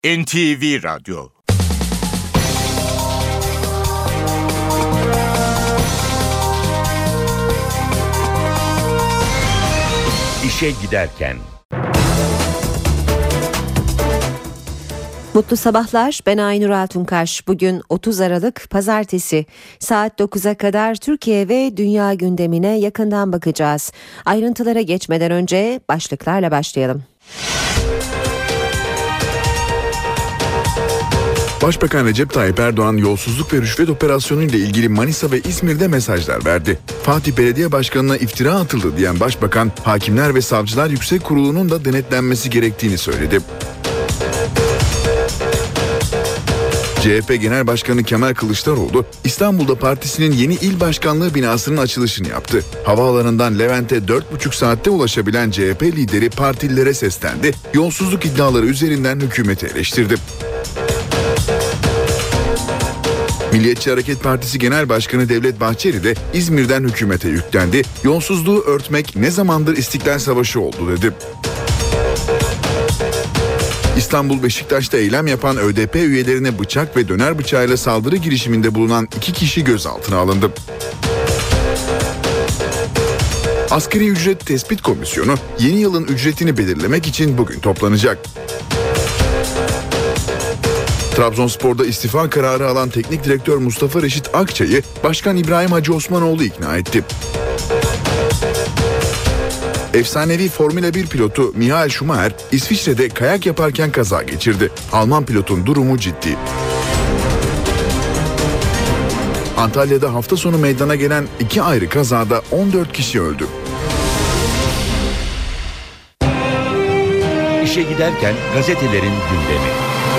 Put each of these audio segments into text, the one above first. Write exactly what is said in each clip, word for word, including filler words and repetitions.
N T V Radyo. İşe giderken. Mutlu sabahlar, ben Aynur Altunkaş. Bugün otuz Aralık Pazartesi, saat dokuza kadar Türkiye ve dünya gündemine yakından bakacağız. Ayrıntılara geçmeden önce başlıklarla başlayalım. Başbakan Recep Tayyip Erdoğan yolsuzluk ve rüşvet operasyonu ile ilgili Manisa ve İzmir'de mesajlar verdi. Fatih Belediye Başkanı'na iftira atıldı diyen Başbakan, Hakimler ve Savcılar Yüksek Kurulu'nun da denetlenmesi gerektiğini söyledi. C H P Genel Başkanı Kemal Kılıçdaroğlu, İstanbul'da partisinin yeni il başkanlığı binasının açılışını yaptı. Havaalanından Levent'e dört buçuk saatte ulaşabilen C H P lideri partililere seslendi, yolsuzluk iddiaları üzerinden hükümeti eleştirdi. Milliyetçi Hareket Partisi Genel Başkanı Devlet Bahçeli de İzmir'den hükümete yüklendi. Yolsuzluğu örtmek ne zamandır İstiklal Savaşı oldu dedi. İstanbul Beşiktaş'ta eylem yapan Ö D P üyelerine bıçak ve döner bıçağıyla saldırı girişiminde bulunan iki kişi gözaltına alındı. Asgari Ücret Tespit Komisyonu yeni yılın ücretini belirlemek için bugün toplanacak. Trabzonspor'da istifa kararı alan teknik direktör Mustafa Reşit Akçay'ı Başkan İbrahim Hacı Osmanoğlu ikna etti. Efsanevi Formula bir pilotu Michael Schumacher İsviçre'de kayak yaparken kaza geçirdi. Alman pilotun durumu ciddi. Antalya'da hafta sonu meydana gelen iki ayrı kazada on dört kişi öldü. İşe giderken gazetelerin gündemi.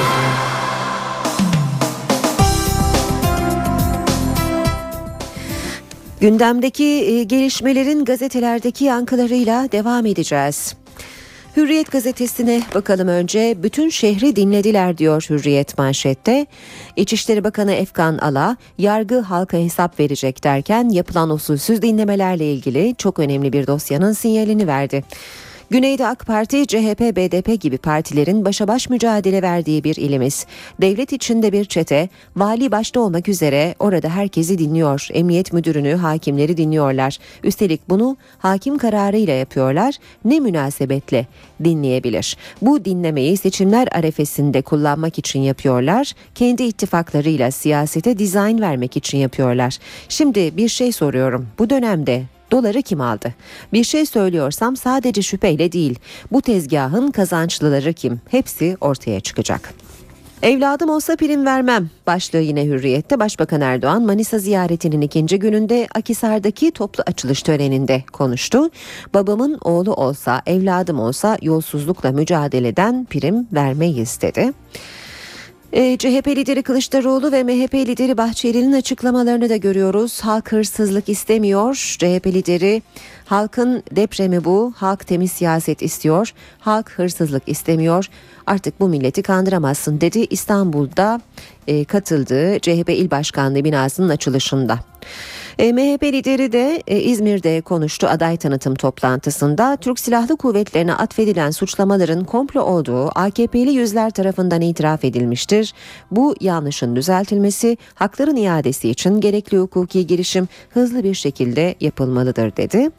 Gündemdeki gelişmelerin gazetelerdeki yankılarıyla devam edeceğiz. Hürriyet gazetesine bakalım önce. Bütün şehri dinlediler diyor Hürriyet manşette. İçişleri Bakanı Efkan Ala, yargı halka hesap verecek derken yapılan usulsüz dinlemelerle ilgili çok önemli bir dosyanın sinyalini verdi. Güneyde AK Parti, C H P, B D P gibi partilerin başa baş mücadele verdiği bir ilimiz. Devlet içinde bir çete, vali başta olmak üzere orada herkesi dinliyor. Emniyet müdürünü, hakimleri dinliyorlar. Üstelik bunu hakim kararıyla yapıyorlar. Ne münasebetle dinleyebilir? Bu dinlemeyi seçimler arefesinde kullanmak için yapıyorlar. Kendi ittifaklarıyla siyasete dizayn vermek için yapıyorlar. Şimdi bir şey soruyorum. Bu dönemde doları kim aldı? Bir şey söylüyorsam sadece şüpheyle değil. Bu tezgahın kazançlıları kim? Hepsi ortaya çıkacak. Evladım olsa prim vermem başlığı yine Hürriyet'te. Başbakan Erdoğan Manisa ziyaretinin ikinci gününde Akhisar'daki toplu açılış töreninde konuştu. Babamın oğlu olsa, evladım olsa yolsuzlukla mücadeleden prim vermeyiz dedi. E, C H P lideri Kılıçdaroğlu ve M H P lideri Bahçeli'nin açıklamalarını da görüyoruz. Halk hırsızlık istemiyor. C H P lideri, halkın depremi bu, halk temiz siyaset istiyor, halk hırsızlık istemiyor, artık bu milleti kandıramazsın dedi İstanbul'da e, katıldığı C H P İl Başkanlığı binasının açılışında. E, M H P lideri de e, İzmir'de konuştu aday tanıtım toplantısında. Türk Silahlı Kuvvetleri'ne atfedilen suçlamaların komplo olduğu A K P'li yüzler tarafından itiraf edilmiştir. Bu yanlışın düzeltilmesi, hakların iadesi için gerekli hukuki girişim hızlı bir şekilde yapılmalıdır dedi.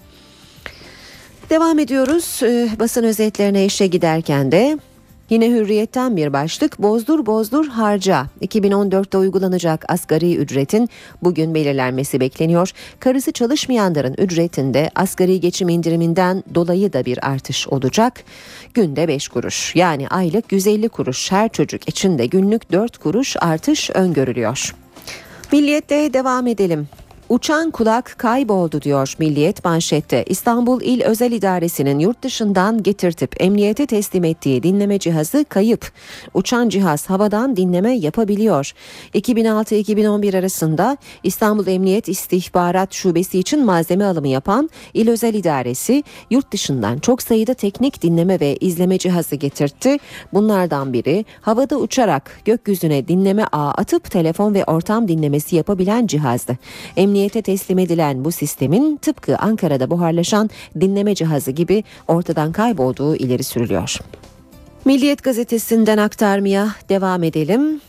Devam ediyoruz e, basın özetlerine işe giderken de. Yine Hürriyet'ten bir başlık, bozdur bozdur harca. iki bin on dörtte uygulanacak asgari ücretin bugün belirlenmesi bekleniyor. Karısı çalışmayanların ücretinde asgari geçim indiriminden dolayı da bir artış olacak. Günde beş kuruş, yani aylık yüz elli kuruş, her çocuk için de günlük dört kuruş artış öngörülüyor. Milliyet'te devam edelim. Uçan kulak kayboldu diyor Milliyet manşette. İstanbul İl Özel İdaresi'nin yurt dışından getirtip emniyete teslim ettiği dinleme cihazı kayıp. Uçan cihaz havadan dinleme yapabiliyor. iki bin altı iki bin on bir arasında İstanbul Emniyet İstihbarat Şubesi için malzeme alımı yapan İl Özel İdaresi yurt dışından çok sayıda teknik dinleme ve izleme cihazı getirtti. Bunlardan biri havada uçarak gökyüzüne dinleme ağı atıp telefon ve ortam dinlemesi yapabilen cihazdı. Emniyet Emniyete teslim edilen bu sistemin tıpkı Ankara'da buharlaşan dinleme cihazı gibi ortadan kaybolduğu ileri sürülüyor. Milliyet gazetesinden aktarmaya devam edelim.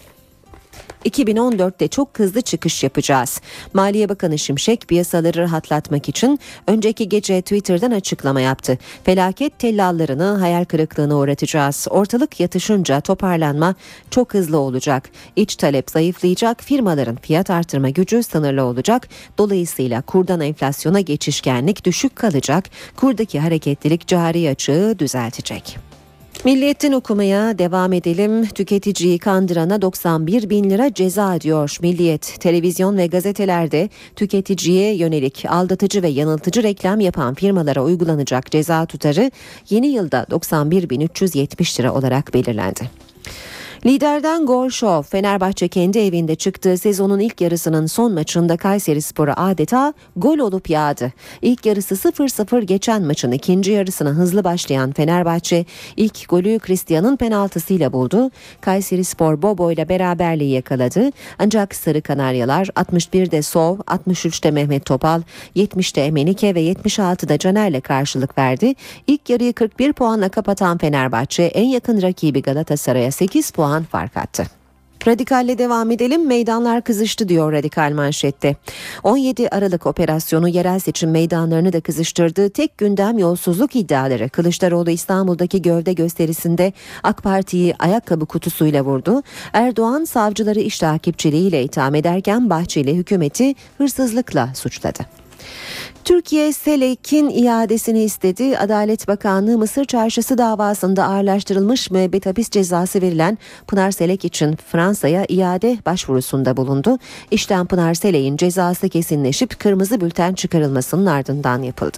iki bin on dörtte çok hızlı çıkış yapacağız. Maliye Bakanı Şimşek piyasaları rahatlatmak için önceki gece Twitter'dan açıklama yaptı. Felaket tellallarını hayal kırıklığına uğratacağız. Ortalık yatışınca toparlanma çok hızlı olacak. İç talep zayıflayacak, firmaların fiyat artırma gücü sınırlı olacak. Dolayısıyla kurdan enflasyona geçişkenlik düşük kalacak. Kurdaki hareketlilik cari açığı düzeltecek. Milliyet'ten okumaya devam edelim. Tüketiciyi kandırana doksan bir bin lira ceza diyor Milliyet. Televizyon ve gazetelerde tüketiciye yönelik aldatıcı ve yanıltıcı reklam yapan firmalara uygulanacak ceza tutarı yeni yılda doksan bir bin üç yüz yetmiş lira olarak belirlendi. Liderden gol şov. Fenerbahçe kendi evinde çıktığı sezonun ilk yarısının son maçında Kayserispor'a adeta gol olup yağdı. İlk yarısı sıfır sıfır geçen maçın ikinci yarısına hızlı başlayan Fenerbahçe ilk golü Cristian'ın penaltısıyla buldu. Kayserispor Bobo ile beraberliği yakaladı. Ancak Sarı Kanaryalar altmış birde Sov, altmış üçte Mehmet Topal, yetmişte Emenike ve yetmiş altıda Caner'le karşılık verdi. İlk yarıyı kırk bir puanla kapatan Fenerbahçe en yakın rakibi Galatasaray'a sekiz puan fark attı. Radikal'le devam edelim. Meydanlar kızıştı diyor Radikal manşette. on yedi Aralık operasyonu yerel seçim meydanlarını da kızıştırdı. Tek gündem yolsuzluk iddiaları. Kılıçdaroğlu İstanbul'daki gövde gösterisinde AK Parti'yi ayakkabı kutusuyla vurdu. Erdoğan savcıları iş takipçiliğiyle itham ederken Bahçeli hükümeti hırsızlıkla suçladı. Türkiye Selek'in iadesini istedi. Adalet Bakanlığı Mısır Çarşısı davasında ağırlaştırılmış müebbet hapis cezası verilen Pınar Selek için Fransa'ya iade başvurusunda bulundu. İşlem Pınar Selek'in cezası kesinleşip kırmızı bülten çıkarılmasının ardından yapıldı.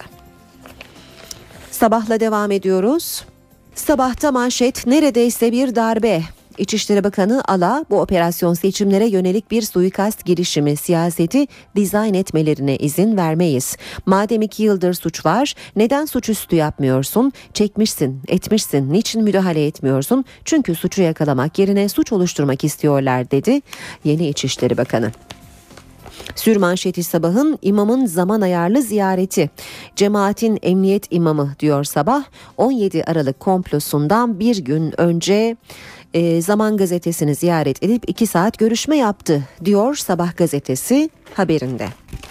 Sabahla devam ediyoruz. Sabahta manşet neredeyse bir darbe. İçişleri Bakanı Ala bu operasyon seçimlere yönelik bir suikast girişimi siyaseti dizayn etmelerine izin vermeyiz. Madem iki yıldır suç var neden suçüstü yapmıyorsun? Çekmişsin, etmişsin, niçin müdahale etmiyorsun? Çünkü suçu yakalamak yerine suç oluşturmak istiyorlar dedi yeni İçişleri Bakanı. Sürmanşeti Sabah'ın imamın zaman ayarlı ziyareti. Cemaatin emniyet imamı diyor Sabah. on yedi Aralık komplosundan bir gün önce e, Zaman Gazetesi'ni ziyaret edip iki saat görüşme yaptı diyor Sabah gazetesi haberinde.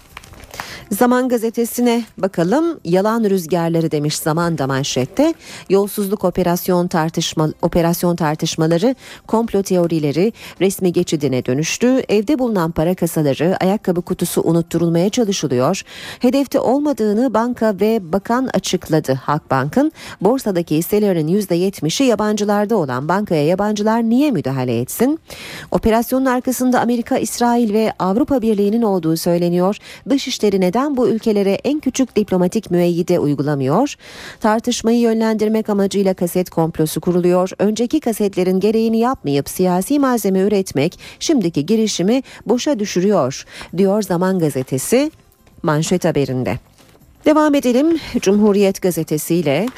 Zaman Gazetesi'ne bakalım. Yalan rüzgarları demiş Zaman da manşette. Yolsuzluk operasyon tartışma operasyon tartışmaları, komplo teorileri resmi geçidine dönüştü. Evde bulunan para kasaları, ayakkabı kutusu unutturulmaya çalışılıyor. Hedefte olmadığını banka ve bakan açıkladı. Halkbank'ın borsadaki hisselerin yüzde yetmişi yabancılarda olan bankaya yabancılar niye müdahale etsin? Operasyonun arkasında Amerika, İsrail ve Avrupa Birliği'nin olduğu söyleniyor. Dışişleri neden bu ülkelere en küçük diplomatik müeyyide uygulamıyor? Tartışmayı yönlendirmek amacıyla kaset komplosu kuruluyor. Önceki kasetlerin gereğini yapmayıp siyasi malzeme üretmek şimdiki girişimi boşa düşürüyor diyor Zaman Gazetesi manşet haberinde. Devam edelim Cumhuriyet Gazetesi'yle.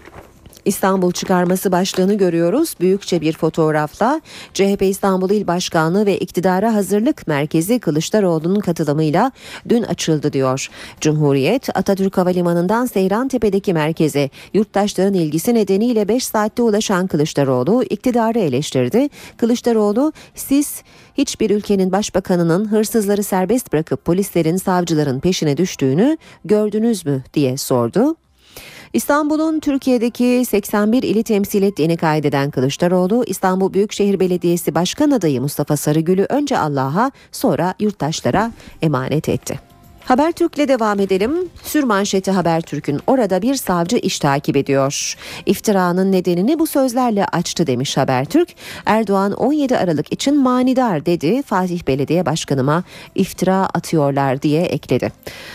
İstanbul çıkarması başlığını görüyoruz. Büyükçe bir fotoğrafla C H P İstanbul İl Başkanlığı ve İktidara Hazırlık Merkezi Kılıçdaroğlu'nun katılımıyla dün açıldı diyor. Cumhuriyet, Atatürk Havalimanı'ndan Seyrantepe'deki merkeze yurttaşların ilgisi nedeniyle beş saatte ulaşan Kılıçdaroğlu iktidarı eleştirdi. Kılıçdaroğlu, siz hiçbir ülkenin başbakanının hırsızları serbest bırakıp polislerin, savcıların peşine düştüğünü gördünüz mü diye sordu. İstanbul'un Türkiye'deki seksen bir ili temsil ettiğini kaydeden Kılıçdaroğlu, İstanbul Büyükşehir Belediyesi Başkan adayı Mustafa Sarıgül'ü önce Allah'a sonra yurttaşlara emanet etti. Habertürk'le devam edelim. Sürmanşeti Habertürk'ün orada bir savcı iş takip ediyor. İftiranın nedenini bu sözlerle açtı demiş Habertürk. Erdoğan on yedi Aralık için manidar dedi. Fatih Belediye Başkanıma iftira atıyorlar diye ekledi.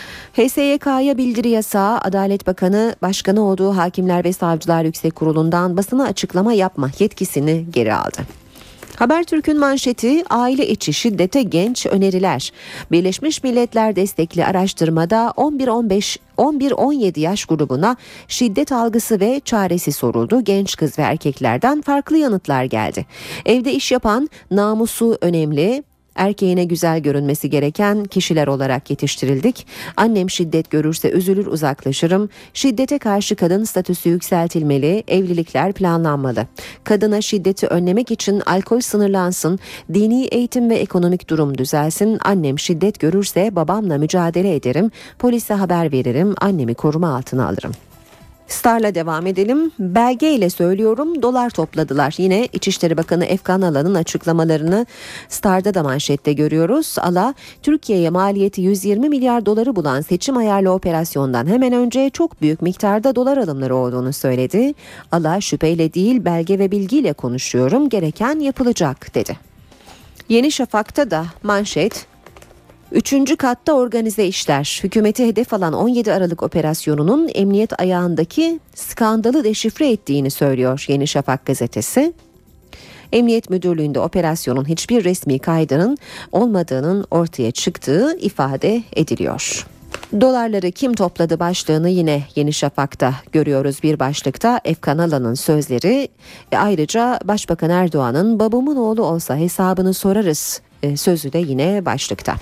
H S Y K'ya bildiri yasağı, Adalet Bakanı başkanı olduğu Hakimler ve Savcılar Yüksek Kurulu'ndan basına açıklama yapma yetkisini geri aldı. Habertürk'ün manşeti aile içi şiddete genç öneriler. Birleşmiş Milletler destekli araştırmada on bir on beş on bir on yedi yaş grubuna şiddet algısı ve çaresi soruldu. Genç kız ve erkeklerden farklı yanıtlar geldi. Evde iş yapan namusu önemli, Erkeğine güzel görünmesi gereken kişiler olarak yetiştirildik. Annem şiddet görürse üzülür, uzaklaşırım. Şiddete karşı kadın statüsü yükseltilmeli, evlilikler planlanmalı. Kadına şiddeti önlemek için alkol sınırlansın, dini eğitim ve ekonomik durum düzelsin. Annem şiddet görürse babamla mücadele ederim, polise haber veririm, annemi koruma altına alırım. Star'la devam edelim. Belgeyle söylüyorum, dolar topladılar. Yine İçişleri Bakanı Efkan Ala'nın açıklamalarını Star'da da manşette görüyoruz. Ala, Türkiye'ye maliyeti yüz yirmi milyar doları bulan seçim ayarlı operasyondan hemen önce çok büyük miktarda dolar alımları olduğunu söyledi. Ala, şüpheyle değil belge ve bilgiyle konuşuyorum, gereken yapılacak dedi. Yeni Şafak'ta da manşet, Üçüncü katta organize işler. Hükümeti hedef alan on yedi Aralık operasyonunun emniyet ayağındaki skandalı deşifre ettiğini söylüyor Yeni Şafak gazetesi. Emniyet Müdürlüğü'nde operasyonun hiçbir resmi kaydının olmadığının ortaya çıktığı ifade ediliyor. Dolarları kim topladı başlığını yine Yeni Şafak'ta görüyoruz bir başlıkta. Efkan Ala'nın sözleri ve ayrıca Başbakan Erdoğan'ın babamın oğlu olsa hesabını sorarız sözü de yine başlıkta.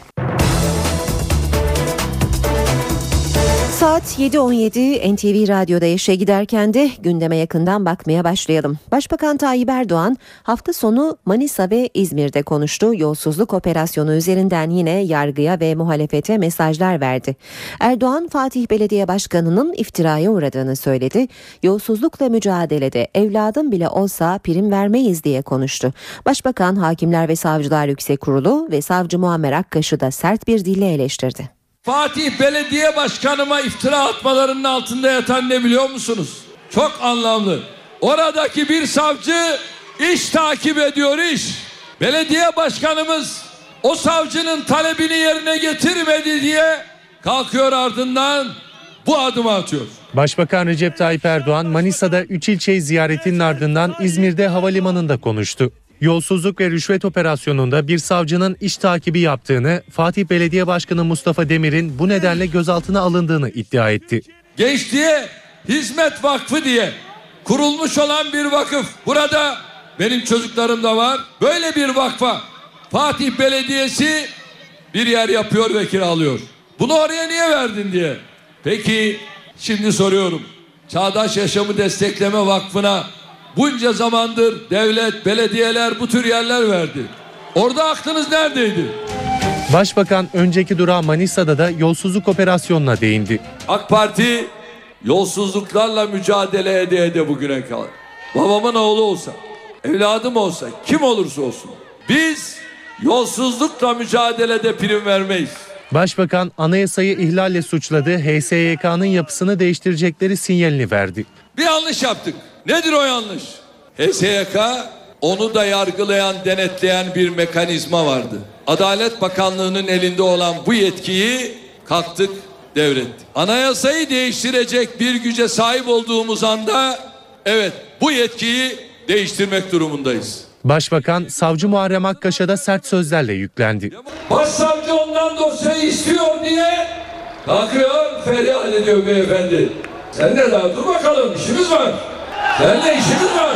Saat yedi on yedi N T V Radyo'da işe giderken de gündeme yakından bakmaya başlayalım. Başbakan Tayyip Erdoğan hafta sonu Manisa ve İzmir'de konuştu. Yolsuzluk operasyonu üzerinden yine yargıya ve muhalefete mesajlar verdi. Erdoğan, Fatih Belediye Başkanı'nın iftiraya uğradığını söyledi. Yolsuzlukla mücadelede evladım bile olsa prim vermeyiz diye konuştu. Başbakan, Hakimler ve Savcılar Yüksek Kurulu ve Savcı Muammer Akkaş'ı da sert bir dille eleştirdi. Fatih Belediye Başkanıma iftira atmalarının altında yatan ne biliyor musunuz? Çok anlamlı. Oradaki bir savcı iş takip ediyor, iş. Belediye başkanımız o savcının talebini yerine getirmedi diye kalkıyor ardından bu adımı atıyor. Başbakan Recep Tayyip Erdoğan Manisa'da üç ilçeyi ziyaretinin ardından İzmir'de havalimanında konuştu. Yolsuzluk ve rüşvet operasyonunda bir savcının iş takibi yaptığını, Fatih Belediye Başkanı Mustafa Demir'in bu nedenle gözaltına alındığını iddia etti. Gençliğe Hizmet Vakfı diye kurulmuş olan bir vakıf. Burada benim çocuklarım da var. Böyle bir vakfa Fatih Belediyesi bir yer yapıyor ve kiralıyor. Bunu oraya niye verdin diye. Peki şimdi soruyorum. Çağdaş Yaşamı Destekleme Vakfı'na bunca zamandır devlet, belediyeler bu tür yerler verdi. Orada aklınız neredeydi? Başbakan önceki durağı Manisa'da da yolsuzluk operasyonuna değindi. AK Parti yolsuzluklarla mücadele ede ede bugüne kadar. Babamın oğlu olsa, evladım olsa, kim olursa olsun biz yolsuzlukla mücadelede prim vermeyiz. Başbakan anayasayı ihlalle suçladı, H S Y K'nın yapısını değiştirecekleri sinyalini verdi. Bir yanlış yaptık. Nedir o yanlış? H S Y K onu da yargılayan, denetleyen bir mekanizma vardı. Adalet Bakanlığı'nın elinde olan bu yetkiyi kalktık, devrettik. Anayasayı değiştirecek bir güce sahip olduğumuz anda evet bu yetkiyi değiştirmek durumundayız. Başbakan Savcı Muharrem Akkaş'a da sert sözlerle yüklendi. Başsavcı ondan dosyayı istiyor diye kalkıyor feryat ediyor beyefendi. Sen de daha dur bakalım, işimiz var. Seninle işimiz var.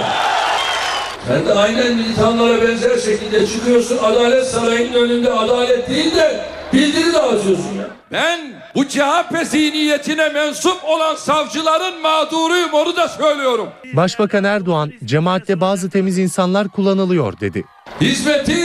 Sen de aynen militanlara benzer şekilde çıkıyorsun, Adalet Sarayı'nın önünde adalet değil de bildiri dağıtıyorsun ya. Ben bu C H P zihniyetine mensup olan savcıların mağduruyum, onu da söylüyorum. Başbakan Erdoğan, cemaatte bazı temiz insanlar kullanılıyor dedi. Hizmeti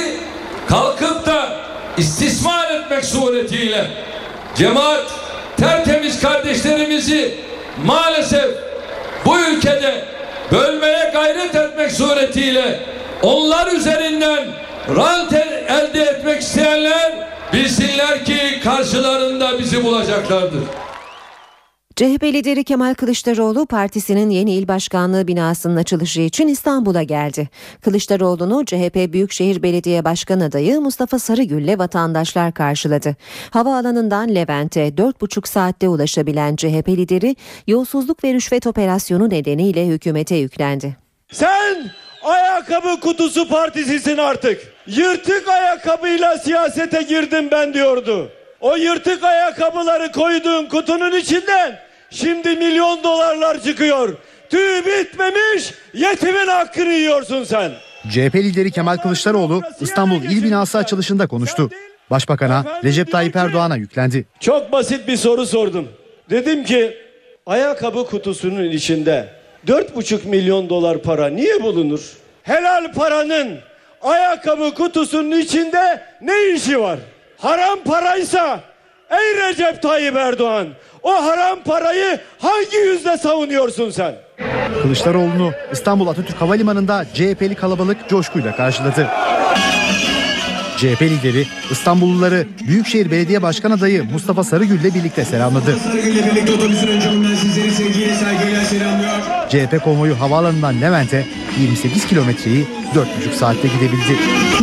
kalkıp da istismar etmek suretiyle cemaat tertemiz kardeşlerimizi maalesef bu ülkede bölmeye gayret etmek suretiyle onlar üzerinden rant elde etmek isteyenler bilsinler ki karşılarında bizi bulacaklardır. C H P lideri Kemal Kılıçdaroğlu partisinin yeni il başkanlığı binasının açılışı için İstanbul'a geldi. Kılıçdaroğlu'nu C H P Büyükşehir Belediye Başkan adayı Mustafa Sarıgül'le vatandaşlar karşıladı. Havaalanından Levent'e dört buçuk saatte ulaşabilen C H P lideri yolsuzluk ve rüşvet operasyonu nedeniyle hükümete yüklendi. Sen ayakkabı kutusu partisisin artık. Yırtık ayakkabıyla siyasete girdim ben diyordu. O yırtık ayakkabıları koyduğun kutunun içinden şimdi milyon dolarlar çıkıyor. Tüy bitmemiş yetimin hakkını yiyorsun sen. C H P lideri Kemal Kılıçdaroğlu İstanbul İl Binası açılışında konuştu. Başbakan'a Recep Tayyip Erdoğan'a yüklendi. Çok basit bir soru sordum. Dedim ki ayakkabı kutusunun içinde dört buçuk milyon dolar para niye bulunur? Helal paranın ayakkabı kutusunun içinde ne işi var? Haram paraysa ey Recep Tayyip Erdoğan, o haram parayı hangi yüzle savunuyorsun sen? Kılıçdaroğlu'nu İstanbul Atatürk Havalimanı'nda C H P'li kalabalık coşkuyla karşıladı. C H P lideri İstanbulluları Büyükşehir Belediye Başkan adayı Mustafa Sarıgül'le birlikte selamladı. C H P konvoyu havaalanından Levent'e yirmi sekiz kilometreyi dört buçuk saatte gidebildi.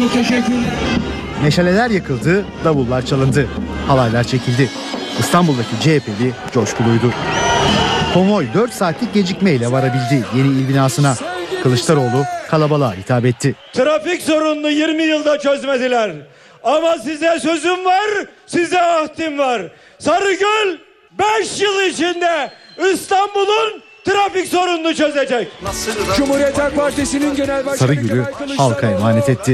Meşaleler yakıldı, davullar çalındı, halaylar çekildi. İstanbul'daki C H P'li coşkuluydu. Konvoy dört saatlik gecikmeyle varabildi yeni il binasına. Kılıçdaroğlu kalabalığa hitap etti. Trafik sorununu yirmi yılda çözmediler. Ama size sözüm var, size ahdim var. Sarıgül beş yıl içinde İstanbul'un trafik sorununu çözecek. Cumhuriyet Halk Partisi'nin genel başkanı Sarıgül'ü halka emanet etti.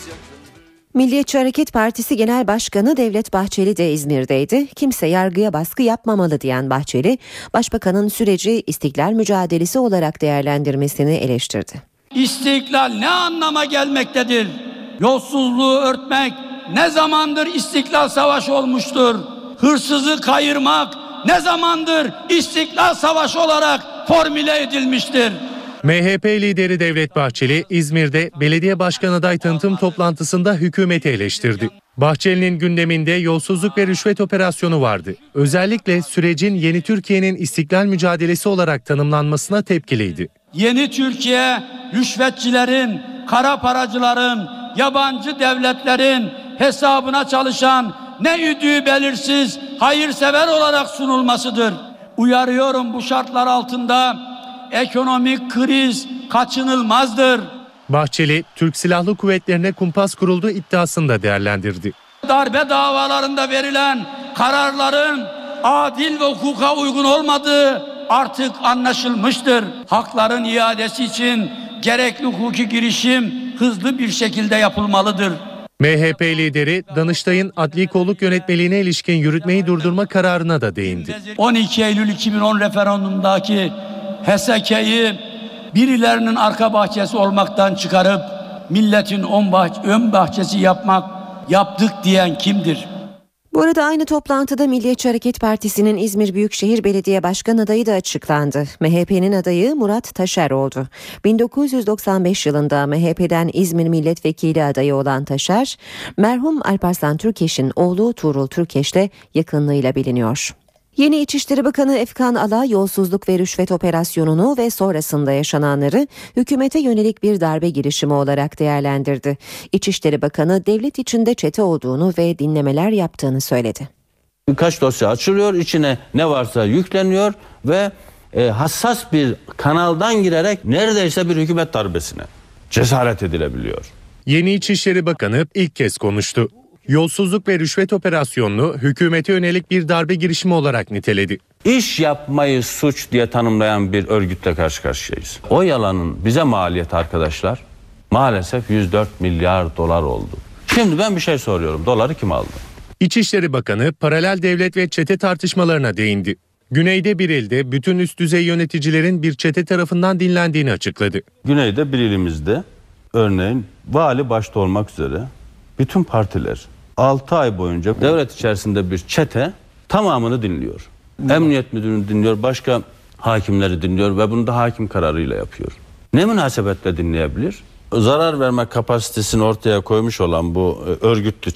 Milliyetçi Hareket Partisi Genel Başkanı Devlet Bahçeli de İzmir'deydi. Kimse yargıya baskı yapmamalı diyen Bahçeli, Başbakanın süreci istiklal mücadelesi olarak değerlendirmesini eleştirdi. İstiklal ne anlama gelmektedir? Yolsuzluğu örtmek ne zamandır istiklal savaşı olmuştur? Hırsızı kayırmak ne zamandır istiklal savaşı olarak formüle edilmiştir? M H P lideri Devlet Bahçeli İzmir'de belediye başkan aday tanıtım toplantısında hükümeti eleştirdi. Bahçeli'nin gündeminde yolsuzluk ve rüşvet operasyonu vardı. Özellikle sürecin Yeni Türkiye'nin istiklal mücadelesi olarak tanımlanmasına tepkiliydi. Yeni Türkiye, rüşvetçilerin, kara paracıların, yabancı devletlerin hesabına çalışan ne üdüğü belirsiz, hayırsever olarak sunulmasıdır. Uyarıyorum, bu şartlar altında ekonomik kriz kaçınılmazdır. Bahçeli, Türk Silahlı Kuvvetleri'ne kumpas kurulduğu iddiasını da değerlendirdi. Darbe davalarında verilen kararların adil ve hukuka uygun olmadığı artık anlaşılmıştır. Hakların iadesi için gerekli hukuki girişim hızlı bir şekilde yapılmalıdır. M H P lideri Danıştay'ın adli kolluk yönetmeliğine ilişkin yürütmeyi durdurma kararına da değindi. on iki Eylül iki bin on referandumundaki H S K'yi birilerinin arka bahçesi olmaktan çıkarıp milletin ön bahçesi yapmak yaptık diyen kimdir? Bu arada aynı toplantıda Milliyetçi Hareket Partisi'nin İzmir Büyükşehir Belediye Başkan adayı da açıklandı. M H P'nin adayı Murat Taşer oldu. bin dokuz yüz doksan beş yılında M H P'den İzmir Milletvekili adayı olan Taşer, merhum Alparslan Türkeş'in oğlu Tuğrul Türkeş'le yakınlığıyla biliniyor. Yeni İçişleri Bakanı Efkan Ala yolsuzluk ve rüşvet operasyonunu ve sonrasında yaşananları hükümete yönelik bir darbe girişimi olarak değerlendirdi. İçişleri Bakanı devlet içinde çete olduğunu ve dinlemeler yaptığını söyledi. Birkaç dosya açılıyor, içine ne varsa yükleniyor ve e, hassas bir kanaldan girerek neredeyse bir hükümet darbesine cesaret edilebiliyor. Yeni İçişleri Bakanı ilk kez konuştu. Yolsuzluk ve rüşvet operasyonunu hükümete yönelik bir darbe girişimi olarak niteledi. İş yapmayı suç diye tanımlayan bir örgütle karşı karşıyayız. O yalanın bize maliyeti arkadaşlar maalesef yüz dört milyar dolar oldu. Şimdi ben bir şey soruyorum. Doları kim aldı? İçişleri Bakanı paralel devlet ve çete tartışmalarına değindi. Güneyde bir ilde bütün üst düzey yöneticilerin bir çete tarafından dinlendiğini açıkladı. Güneyde bir ilimizde örneğin vali başta olmak üzere bütün partiler altı ay boyunca devlet içerisinde bir çete tamamını dinliyor. Emniyet müdürünü dinliyor, başka hakimleri dinliyor ve bunu da hakim kararıyla yapıyor. Ne münasebetle dinleyebilir? Zarar verme kapasitesini ortaya koymuş olan bu örgütlü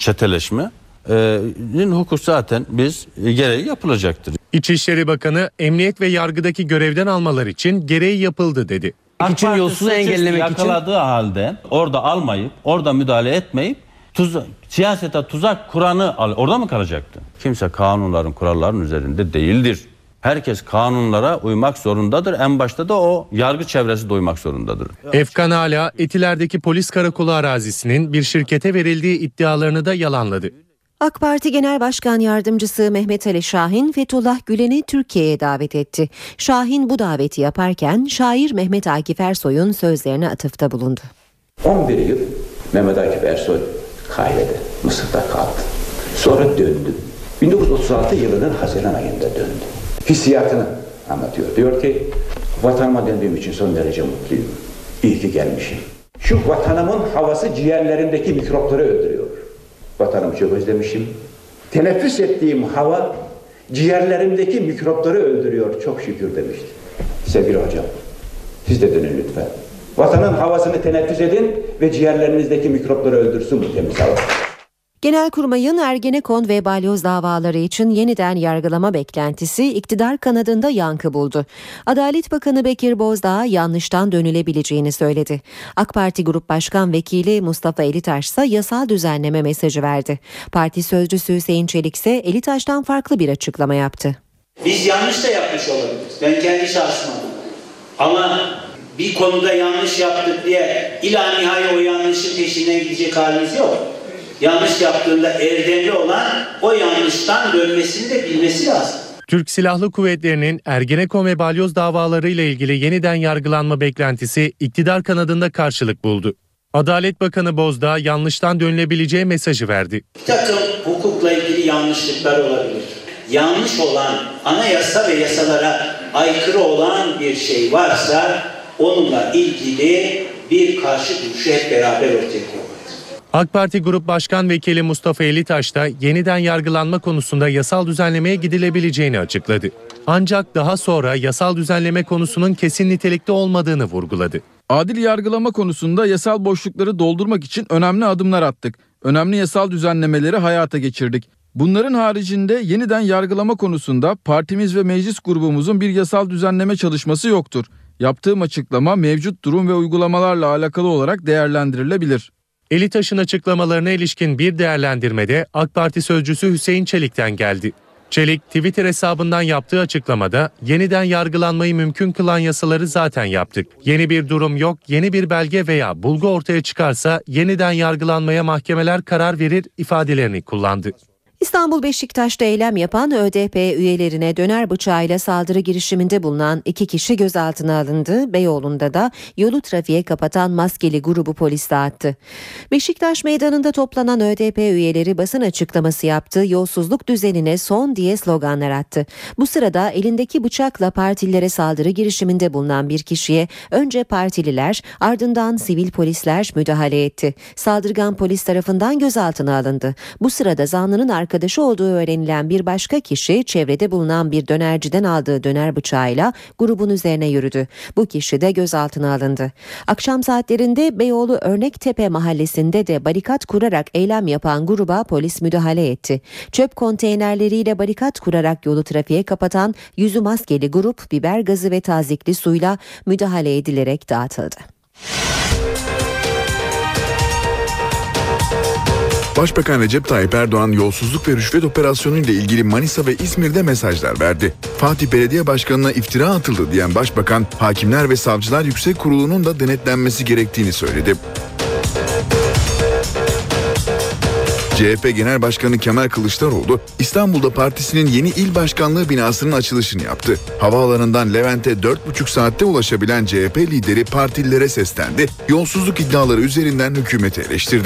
çeteleşmenin hukuk zaten biz gereği yapılacaktır. İçişleri Bakanı emniyet ve yargıdaki görevden almalar için gereği yapıldı dedi. için yolsuzluğu engellemek için yakaladığı halde orada almayıp, orada müdahale etmeyip tuz, siyasete tuzak kuranı al, orada mı kalacaktı? Kimse kanunların, kuralların üzerinde değildir. Herkes kanunlara uymak zorundadır. En başta da o yargı çevresi de uymak zorundadır. Efkan Ala, Etiler'deki polis karakolu arazisinin bir şirkete verildiği iddialarını da yalanladı. AK Parti Genel Başkan Yardımcısı Mehmet Ali Şahin, Fethullah Gülen'i Türkiye'ye davet etti. Şahin bu daveti yaparken şair Mehmet Akif Ersoy'un sözlerine atıfta bulundu. on bir yıl Mehmet Akif Ersoy Kahire'de, Mısır'da kaldı. Sonra döndü. bin dokuz yüz otuz altı yılının Haziran ayında döndü. Hissiyatını anlatıyor. Diyor ki, vatanıma döndüğüm için son derece mutluyum. İyi ki gelmişim. Şu vatanımın havası ciğerlerimdeki mikropları öldürüyor. Vatanımı çok özlemişim. Teneffüs ettiğim hava ciğerlerimdeki mikropları öldürüyor. Çok şükür demişti. Sevgili hocam, siz de dönün lütfen. Vatanın havasını teneffüs edin ve ciğerlerinizdeki mikropları öldürsün bu temiz hava. Genelkurmay'ın Ergenekon ve balyoz davaları için yeniden yargılama beklentisi iktidar kanadında yankı buldu. Adalet Bakanı Bekir Bozdağ yanlıştan dönülebileceğini söyledi. AK Parti Grup Başkan Vekili Mustafa Elitaş ise yasal düzenleme mesajı verdi. Parti sözcüsü Hüseyin Çelik ise Elitaş'tan farklı bir açıklama yaptı. Biz yanlış da yapmış olabiliriz. Ben kendi şahsıma. Ama bir konuda yanlış yaptık diye ila nihai o yanlışın peşinden gidecek halimiz yok. Yanlış yaptığında erdemli olan o yanlıştan dönmesini de bilmesi lazım. Türk Silahlı Kuvvetleri'nin Ergenekon ve balyoz davaları ile ilgili yeniden yargılanma beklentisi iktidar kanadında karşılık buldu. Adalet Bakanı Bozdağ yanlıştan dönülebileceği mesajı verdi. Bir takım hukukla ilgili yanlışlıklar olabilir. Yanlış olan, anayasa ve yasalara aykırı olan bir şey varsa onunla ilgili bir karşı duruşu hep beraber ortaya koymalıyız. AK Parti Grup Başkan Vekili Mustafa Elitaş da yeniden yargılanma konusunda yasal düzenlemeye gidilebileceğini açıkladı. Ancak daha sonra yasal düzenleme konusunun kesin nitelikte olmadığını vurguladı. Adil yargılama konusunda yasal boşlukları doldurmak için önemli adımlar attık. Önemli yasal düzenlemeleri hayata geçirdik. Bunların haricinde yeniden yargılama konusunda partimiz ve meclis grubumuzun bir yasal düzenleme çalışması yoktur. Yaptığım açıklama mevcut durum ve uygulamalarla alakalı olarak değerlendirilebilir. Elitaş'ın açıklamalarına ilişkin bir değerlendirmede AK Parti sözcüsü Hüseyin Çelik'ten geldi. Çelik, Twitter hesabından yaptığı açıklamada yeniden yargılanmayı mümkün kılan yasaları zaten yaptık. Yeni bir durum yok, yeni bir belge veya bulgu ortaya çıkarsa yeniden yargılanmaya mahkemeler karar verir ifadelerini kullandı. İstanbul Beşiktaş'ta eylem yapan ÖDP üyelerine döner bıçağıyla saldırı girişiminde bulunan iki kişi gözaltına alındı. Beyoğlu'nda da yolu trafiğe kapatan maskeli grubu polis dağıttı. Beşiktaş meydanında toplanan ÖDP üyeleri basın açıklaması yaptı. Yolsuzluk düzenine son diye sloganlar attı. Bu sırada elindeki bıçakla partililere saldırı girişiminde bulunan bir kişiye önce partililer ardından sivil polisler müdahale etti. Saldırgan polis tarafından gözaltına alındı. Bu sırada zanlının arkasında arkadaşı olduğu öğrenilen bir başka kişi çevrede bulunan bir dönerciden aldığı döner bıçağıyla grubun üzerine yürüdü. Bu kişi de gözaltına alındı. Akşam saatlerinde Beyoğlu Örnektepe mahallesinde de barikat kurarak eylem yapan gruba polis müdahale etti. Çöp konteynerleriyle barikat kurarak yolu trafiğe kapatan yüzü maskeli grup biber gazı ve tazikli suyla müdahale edilerek dağıtıldı. Başbakan Recep Tayyip Erdoğan yolsuzluk ve rüşvet operasyonu ile ilgili Manisa ve İzmir'de mesajlar verdi. Fatih Belediye Başkanı'na iftira atıldı diyen Başbakan, Hakimler ve Savcılar Yüksek Kurulu'nun da denetlenmesi gerektiğini söyledi. C H P Genel Başkanı Kemal Kılıçdaroğlu, İstanbul'da partisinin yeni il başkanlığı binasının açılışını yaptı. Havaalanından Levent'e dört buçuk saatte ulaşabilen C H P lideri partililere seslendi, yolsuzluk iddiaları üzerinden hükümeti eleştirdi.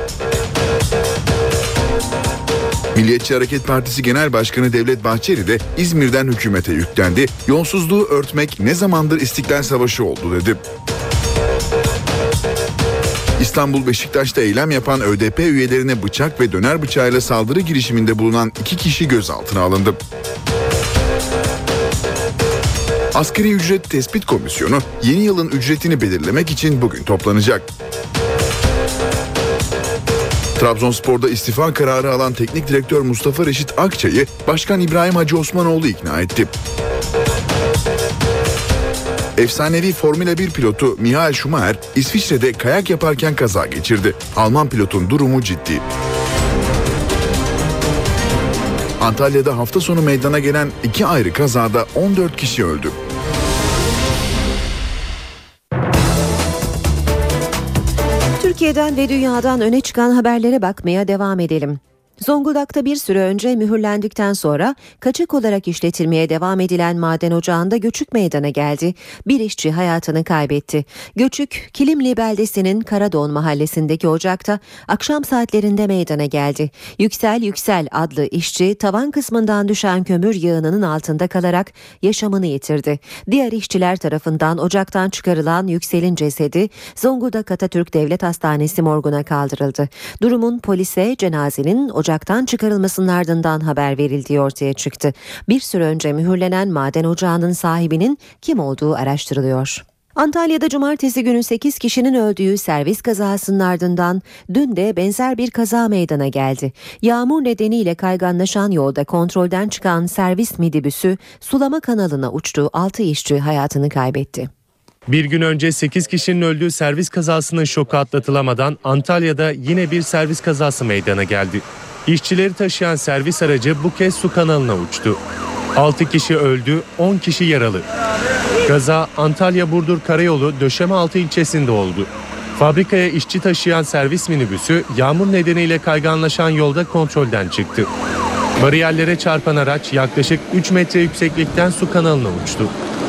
Milliyetçi Hareket Partisi Genel Başkanı Devlet Bahçeli de İzmir'den hükümete yüklendi. Yolsuzluğu örtmek ne zamandır İstiklal Savaşı oldu dedi. İstanbul Beşiktaş'ta eylem yapan ÖDP üyelerine bıçak ve döner bıçağıyla saldırı girişiminde bulunan iki kişi gözaltına alındı. Asgari Ücret Tespit Komisyonu yeni yılın ücretini belirlemek için bugün toplanacak. Trabzonspor'da istifa kararı alan teknik direktör Mustafa Reşit Akçay'ı Başkan İbrahim Hacı Osmanoğlu ikna etti. Efsanevi Formula bir pilotu Michael Schumacher İsviçre'de kayak yaparken kaza geçirdi. Alman pilotun durumu ciddi. Antalya'da hafta sonu meydana gelen iki ayrı kazada on dört kişi öldü. Türkiye'den ve dünyadan öne çıkan haberlere bakmaya devam edelim. Zonguldak'ta bir süre önce mühürlendikten sonra kaçak olarak işletilmeye devam edilen maden ocağında göçük meydana geldi. Bir işçi hayatını kaybetti. Göçük, Kilimli beldesinin Karadon mahallesindeki ocakta akşam saatlerinde meydana geldi. Yüksel Yüksel adlı işçi tavan kısmından düşen kömür yığınının altında kalarak yaşamını yitirdi. Diğer işçiler tarafından ocaktan çıkarılan Yüksel'in cesedi Zonguldak Atatürk Devlet Hastanesi morguna kaldırıldı. Durumun polise, cenazenin ocaktan çıkarılmasının ardından haber verildiği ortaya çıktı. Bir süre önce mühürlenen maden ocağının sahibinin kim olduğu araştırılıyor. Antalya'da cumartesi günü sekiz kişinin öldüğü servis kazasının ardından dün de benzer bir kaza meydana geldi. Yağmur nedeniyle kayganlaşan yolda kontrolden çıkan servis midibüsü sulama kanalına uçtu. altı işçi hayatını kaybetti. Bir gün önce sekiz kişinin öldüğü servis kazasının şoku atlatılamadan Antalya'da yine bir servis kazası meydana geldi. İşçileri taşıyan servis aracı bu kez su kanalına uçtu. altı kişi öldü, on kişi yaralı. Kaza Antalya-Burdur Karayolu Döşemealtı ilçesinde oldu. Fabrikaya işçi taşıyan servis minibüsü yağmur nedeniyle kayganlaşan yolda kontrolden çıktı. Bariyerlere çarpan araç yaklaşık üç metre yükseklikten su kanalına uçtu.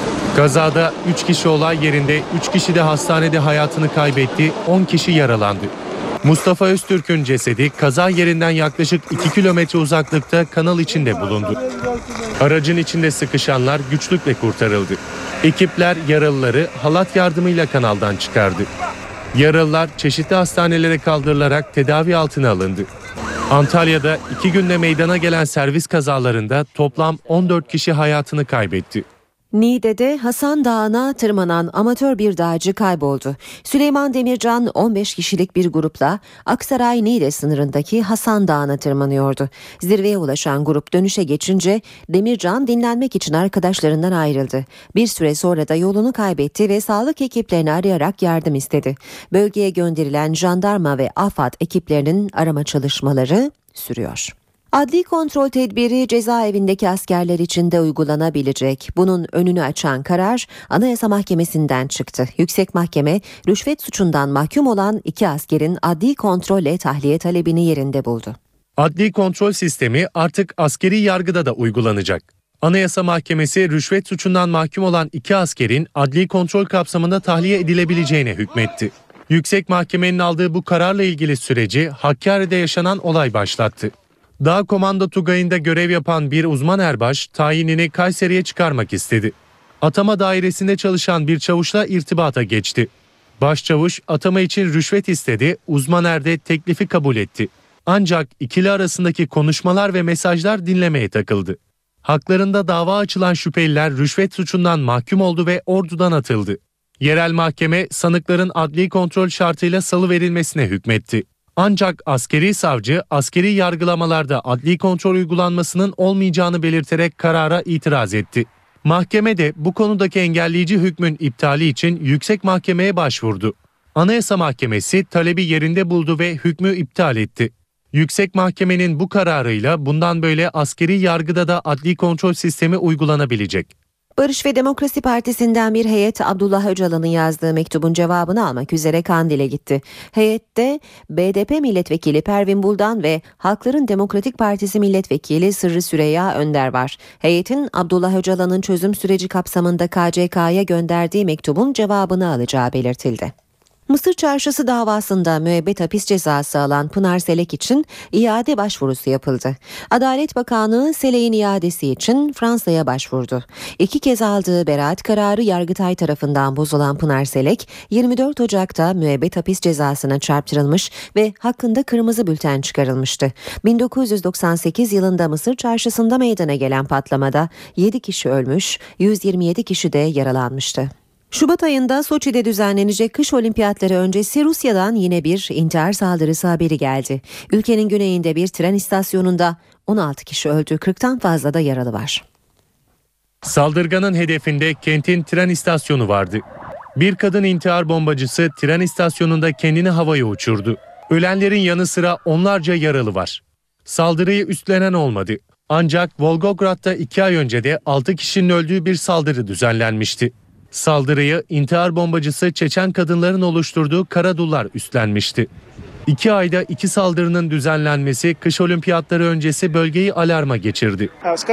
Kazada üç kişi olay yerinde, üç kişi de hastanede hayatını kaybetti, on kişi yaralandı. Mustafa Öztürk'ün cesedi kaza yerinden yaklaşık iki kilometre uzaklıkta kanal içinde bulundu. Aracın içinde sıkışanlar güçlükle kurtarıldı. Ekipler yaralıları halat yardımıyla kanaldan çıkardı. Yaralılar çeşitli hastanelere kaldırılarak tedavi altına alındı. Antalya'da iki günde meydana gelen servis kazalarında toplam on dört kişi hayatını kaybetti. Niğde'de Hasan Dağı'na tırmanan amatör bir dağcı kayboldu. Süleyman Demircan on beş kişilik bir grupla Aksaray-Niğde sınırındaki Hasan Dağı'na tırmanıyordu. Zirveye ulaşan grup dönüşe geçince Demircan dinlenmek için arkadaşlarından ayrıldı. Bir süre sonra da yolunu kaybetti ve sağlık ekiplerini arayarak yardım istedi. Bölgeye gönderilen jandarma ve AFAD ekiplerinin arama çalışmaları sürüyor. Adli kontrol tedbiri cezaevindeki askerler için de uygulanabilecek. Bunun önünü açan karar Anayasa Mahkemesi'nden çıktı. Yüksek Mahkeme rüşvet suçundan mahkum olan iki askerin adli kontrolle tahliye talebini yerinde buldu. Adli kontrol sistemi artık askeri yargıda da uygulanacak. Anayasa Mahkemesi rüşvet suçundan mahkum olan iki askerin adli kontrol kapsamında tahliye edilebileceğine hükmetti. Yüksek Mahkemenin aldığı bu kararla ilgili süreci Hakkari'de yaşanan olay başlattı. Dağ Komando Tugayı'nda görev yapan bir uzman erbaş tayinini Kayseri'ye çıkarmak istedi. Atama dairesinde çalışan bir çavuşla irtibata geçti. Başçavuş atama için rüşvet istedi, uzman er de teklifi kabul etti. Ancak ikili arasındaki konuşmalar ve mesajlar dinlemeye takıldı. Haklarında dava açılan şüpheliler rüşvet suçundan mahkum oldu ve Ordu'dan atıldı. Yerel mahkeme sanıkların adli kontrol şartıyla salıverilmesine hükmetti. Ancak askeri savcı askeri yargılamalarda adli kontrol uygulanmasının olmayacağını belirterek karara itiraz etti. Mahkeme de bu konudaki engelleyici hükmün iptali için Yüksek Mahkeme'ye başvurdu. Anayasa Mahkemesi talebi yerinde buldu ve hükmü iptal etti. Yüksek Mahkemenin bu kararıyla bundan böyle askeri yargıda da adli kontrol sistemi uygulanabilecek. Barış ve Demokrasi Partisi'nden bir heyet Abdullah Öcalan'ın yazdığı mektubun cevabını almak üzere Kandil'e gitti. Heyette B D P milletvekili Pervin Buldan ve Halkların Demokratik Partisi milletvekili Sırrı Süreyya Önder var. Heyetin Abdullah Öcalan'ın çözüm süreci kapsamında K C K'ya gönderdiği mektubun cevabını alacağı belirtildi. Mısır Çarşısı davasında müebbet hapis cezası alan Pınar Selek için iade başvurusu yapıldı. Adalet Bakanlığı Selek'in iadesi için Fransa'ya başvurdu. İki kez aldığı beraat kararı Yargıtay tarafından bozulan Pınar Selek, yirmi dört Ocak'ta müebbet hapis cezasına çarptırılmış ve hakkında kırmızı bülten çıkarılmıştı. bin dokuz yüz doksan sekiz yılında Mısır Çarşısı'nda meydana gelen patlamada yedi kişi ölmüş, yüz yirmi yedi kişi de yaralanmıştı. Şubat ayında Soçi'de düzenlenecek kış olimpiyatları öncesi Rusya'dan yine bir intihar saldırısı haberi geldi. Ülkenin güneyinde bir tren istasyonunda on altı kişi öldü, kırktan fazla da yaralı var. Saldırganın hedefinde kentin tren istasyonu vardı. Bir kadın intihar bombacısı tren istasyonunda kendini havaya uçurdu. Ölenlerin yanı sıra onlarca yaralı var. Saldırıyı üstlenen olmadı. Ancak Volgograd'da iki ay önce de altı kişinin öldüğü bir saldırı düzenlenmişti. Saldırıyı intihar bombacısı Çeçen kadınların oluşturduğu Karadullar üstlenmişti. İki ayda iki saldırının düzenlenmesi kış olimpiyatları öncesi bölgeyi alarma geçirdi.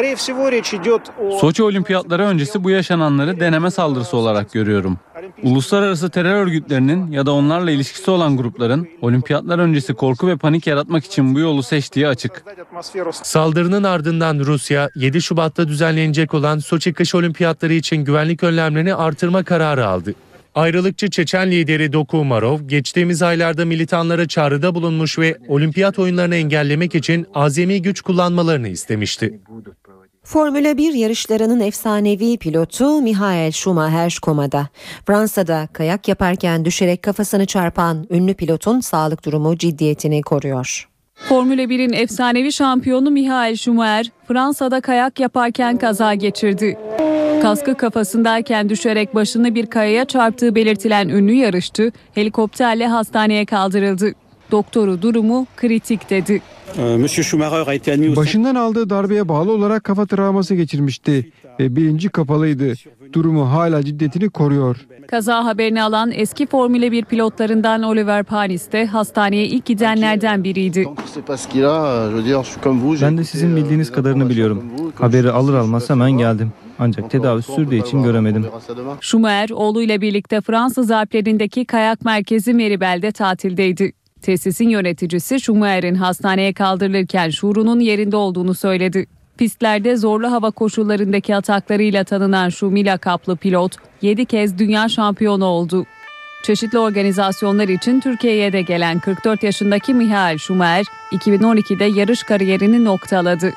Soçi olimpiyatları öncesi bu yaşananları deneme saldırısı olarak görüyorum. Uluslararası terör örgütlerinin ya da onlarla ilişkisi olan grupların olimpiyatlar öncesi korku ve panik yaratmak için bu yolu seçtiği açık. Saldırının ardından Rusya yedi Şubat'ta düzenlenecek olan Soçi kış olimpiyatları için güvenlik önlemlerini artırma kararı aldı. Ayrılıkçı Çeçen lideri Doku Umarov geçtiğimiz aylarda militanlara çağrıda bulunmuş ve olimpiyat oyunlarını engellemek için azami güç kullanmalarını istemişti. Formula bir yarışlarının efsanevi pilotu Michael Schumacher komada. Fransa'da kayak yaparken düşerek kafasını çarpan ünlü pilotun sağlık durumu ciddiyetini koruyor. Formula birin efsanevi şampiyonu Michael Schumacher Fransa'da kayak yaparken kaza geçirdi. Kaskı kafasındayken düşerek başını bir kayaya çarptığı belirtilen ünlü yarışçı helikopterle hastaneye kaldırıldı. Doktoru durumu kritik dedi. Başından aldığı darbeye bağlı olarak kafa travması geçirmişti ve bilinci kapalıydı. Durumu hala ciddiyetini koruyor. Kaza haberini alan eski Formula bir pilotlarından Oliver Panis de hastaneye ilk gidenlerden biriydi. Ben de sizin bildiğiniz kadarını biliyorum. Haberi alır almaz hemen geldim. Ancak tedavi sürdüğü için göremedim. Schumacher oğluyla birlikte Fransız Alplerindeki kayak merkezi Meribel'de tatildeydi. Tesisin yöneticisi Schumacher'in hastaneye kaldırılırken şuurunun yerinde olduğunu söyledi. Pistlerde zorlu hava koşullarındaki ataklarıyla tanınan Schumi lakaplı pilot yedi kez dünya şampiyonu oldu. Çeşitli organizasyonlar için Türkiye'ye de gelen kırk dört yaşındaki Michael Schumacher iki bin on ikide yarış kariyerini noktaladı.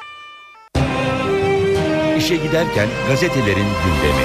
İşe giderken gazetelerin gündemi.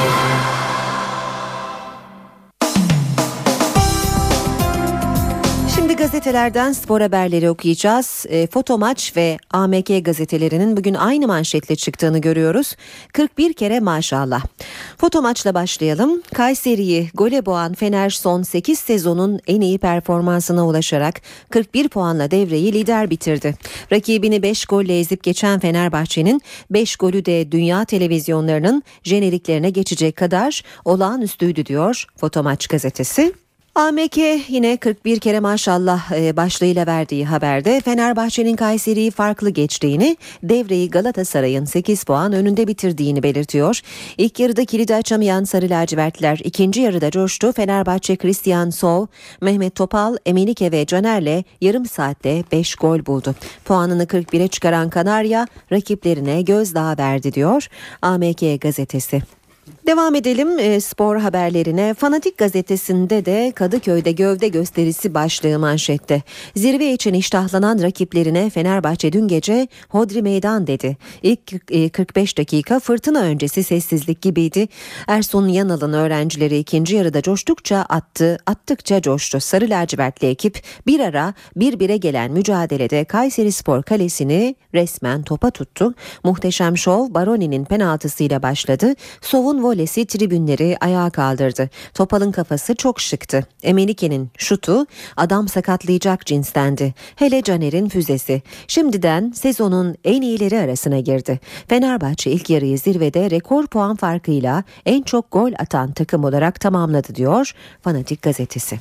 Şimdi gazetelerden spor haberleri okuyacağız. E, Fotomaç ve A M K gazetelerinin bugün aynı manşetle çıktığını görüyoruz. kırk bir kere maşallah. Fotomaçla başlayalım. Kayseri'yi gole boğan Fener son sekiz sezonun en iyi performansına ulaşarak kırk bir puanla devreyi lider bitirdi. Rakibini beş golle ezip geçen Fenerbahçe'nin beş golü de dünya televizyonlarının jeneriklerine geçecek kadar olağanüstüydü diyor Fotomaç gazetesi. A M K yine kırk bir kere maşallah başlığıyla verdiği haberde Fenerbahçe'nin Kayseri'yi farklı geçtiğini, devreyi Galatasaray'ın sekiz puan önünde bitirdiğini belirtiyor. İlk yarıda kilidi açamayan Sarı Lacivertliler ikinci yarıda coştu. Fenerbahçe Christian Sov, Mehmet Topal, Emenike ve Caner'le yarım saatte beş gol buldu. Puanını kırk bire çıkaran Kanarya rakiplerine gözdağı verdi diyor A M K gazetesi. Devam edelim e, spor haberlerine. Fanatik gazetesinde de Kadıköy'de gövde gösterisi başlığı manşette. Zirve için iştahlanan rakiplerine Fenerbahçe dün gece hodri meydan dedi. İlk e, kırk beş dakika fırtına öncesi sessizlik gibiydi. Ersun Yanal'ın öğrencileri ikinci yarıda coştukça attı, attıkça coştu. Sarı lacivertli ekip bir ara bir bire gelen mücadelede Kayserispor kalesini resmen topa tuttu. Muhteşem şov Baroni'nin penaltısıyla başladı. Sov'un volesi tribünleri ayağa kaldırdı. Topal'ın kafası çok şıktı. Emenike'nin şutu adam sakatlayacak cinstendi. Hele Caner'in füzesi. Şimdiden sezonun en iyileri arasına girdi. Fenerbahçe ilk yarıyı zirvede rekor puan farkıyla en çok gol atan takım olarak tamamladı diyor Fanatik gazetesi.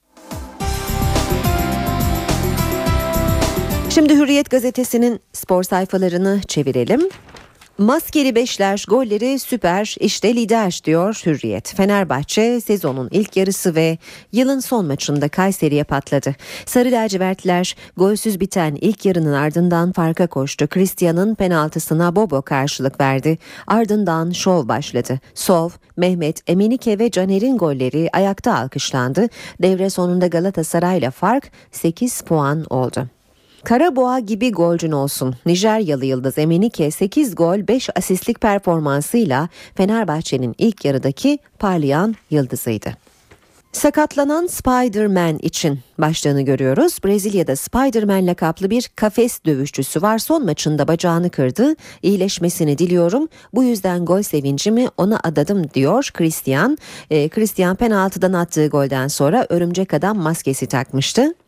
Şimdi Hürriyet gazetesinin spor sayfalarını çevirelim. Maskeli beşler golleri süper, işte lider diyor Hürriyet. Fenerbahçe sezonun ilk yarısı ve yılın son maçında Kayseri'ye patladı. Sarı lacivertliler golsüz biten ilk yarının ardından farka koştu. Christian'ın penaltısına Bobo karşılık verdi. Ardından şov başladı. Sov, Mehmet, Emenike ve Caner'in golleri ayakta alkışlandı. Devre sonunda Galatasaray'la fark sekiz puan oldu. Karaboğa gibi golcün olsun. Nijeryalı yıldız Emenike sekiz gol beş asistlik performansıyla Fenerbahçe'nin ilk yarıdaki parlayan yıldızıydı. Sakatlanan Spider-Man için başlığını görüyoruz. Brezilya'da Spider-Man lakaplı bir kafes dövüşçüsü var. Son maçında bacağını kırdı. İyileşmesini diliyorum. Bu yüzden gol sevincimi ona adadım diyor Christian. Ee, Christian penaltıdan attığı golden sonra örümcek adam maskesi takmıştı.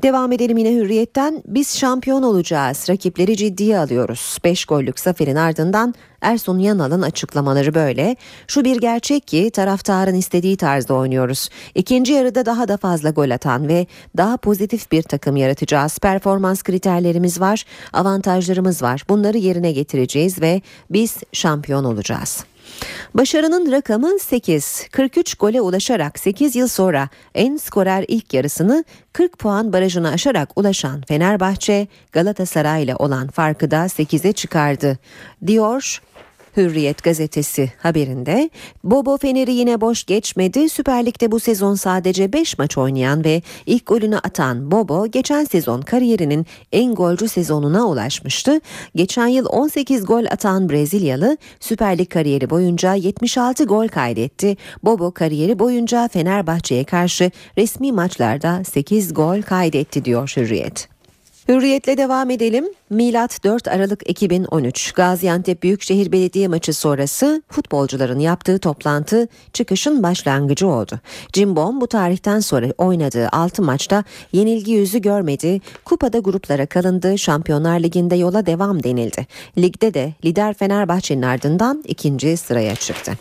Devam edelim yine Hürriyet'ten. Biz şampiyon olacağız. Rakipleri ciddiye alıyoruz. beş gollük zaferin ardından Ersun Yanal'ın açıklamaları böyle. Şu bir gerçek ki taraftarın istediği tarzda oynuyoruz. İkinci yarıda daha da fazla gol atan ve daha pozitif bir takım yaratacağız. Performans kriterlerimiz var, avantajlarımız var. Bunları yerine getireceğiz ve biz şampiyon olacağız. Başarının rakamı sekiz. kırk üç gole ulaşarak sekiz yıl sonra en skorer ilk yarısını kırk puan barajını aşarak ulaşan Fenerbahçe, Galatasaray ile olan farkı da sekize çıkardı, diyor Hürriyet gazetesi haberinde. Bobo Fener'i yine boş geçmedi. Süper Lig'de bu sezon sadece beş maç oynayan ve ilk golünü atan Bobo geçen sezon kariyerinin en golcü sezonuna ulaşmıştı. Geçen yıl on sekiz gol atan Brezilyalı Süper Lig kariyeri boyunca yetmiş altı gol kaydetti. Bobo kariyeri boyunca Fenerbahçe'ye karşı resmi maçlarda sekiz gol kaydetti, diyor Hürriyet. Hürriyetle devam edelim. Milat dört Aralık iki bin on üç Gaziantep Büyükşehir Belediye maçı sonrası futbolcuların yaptığı toplantı çıkışın başlangıcı oldu. Cimbom bu tarihten sonra oynadığı altı maçta yenilgi yüzü görmedi. Kupada gruplara kalındı. Şampiyonlar Ligi'nde yola devam denildi. Ligde de lider Fenerbahçe'nin ardından ikinci sıraya çıktı.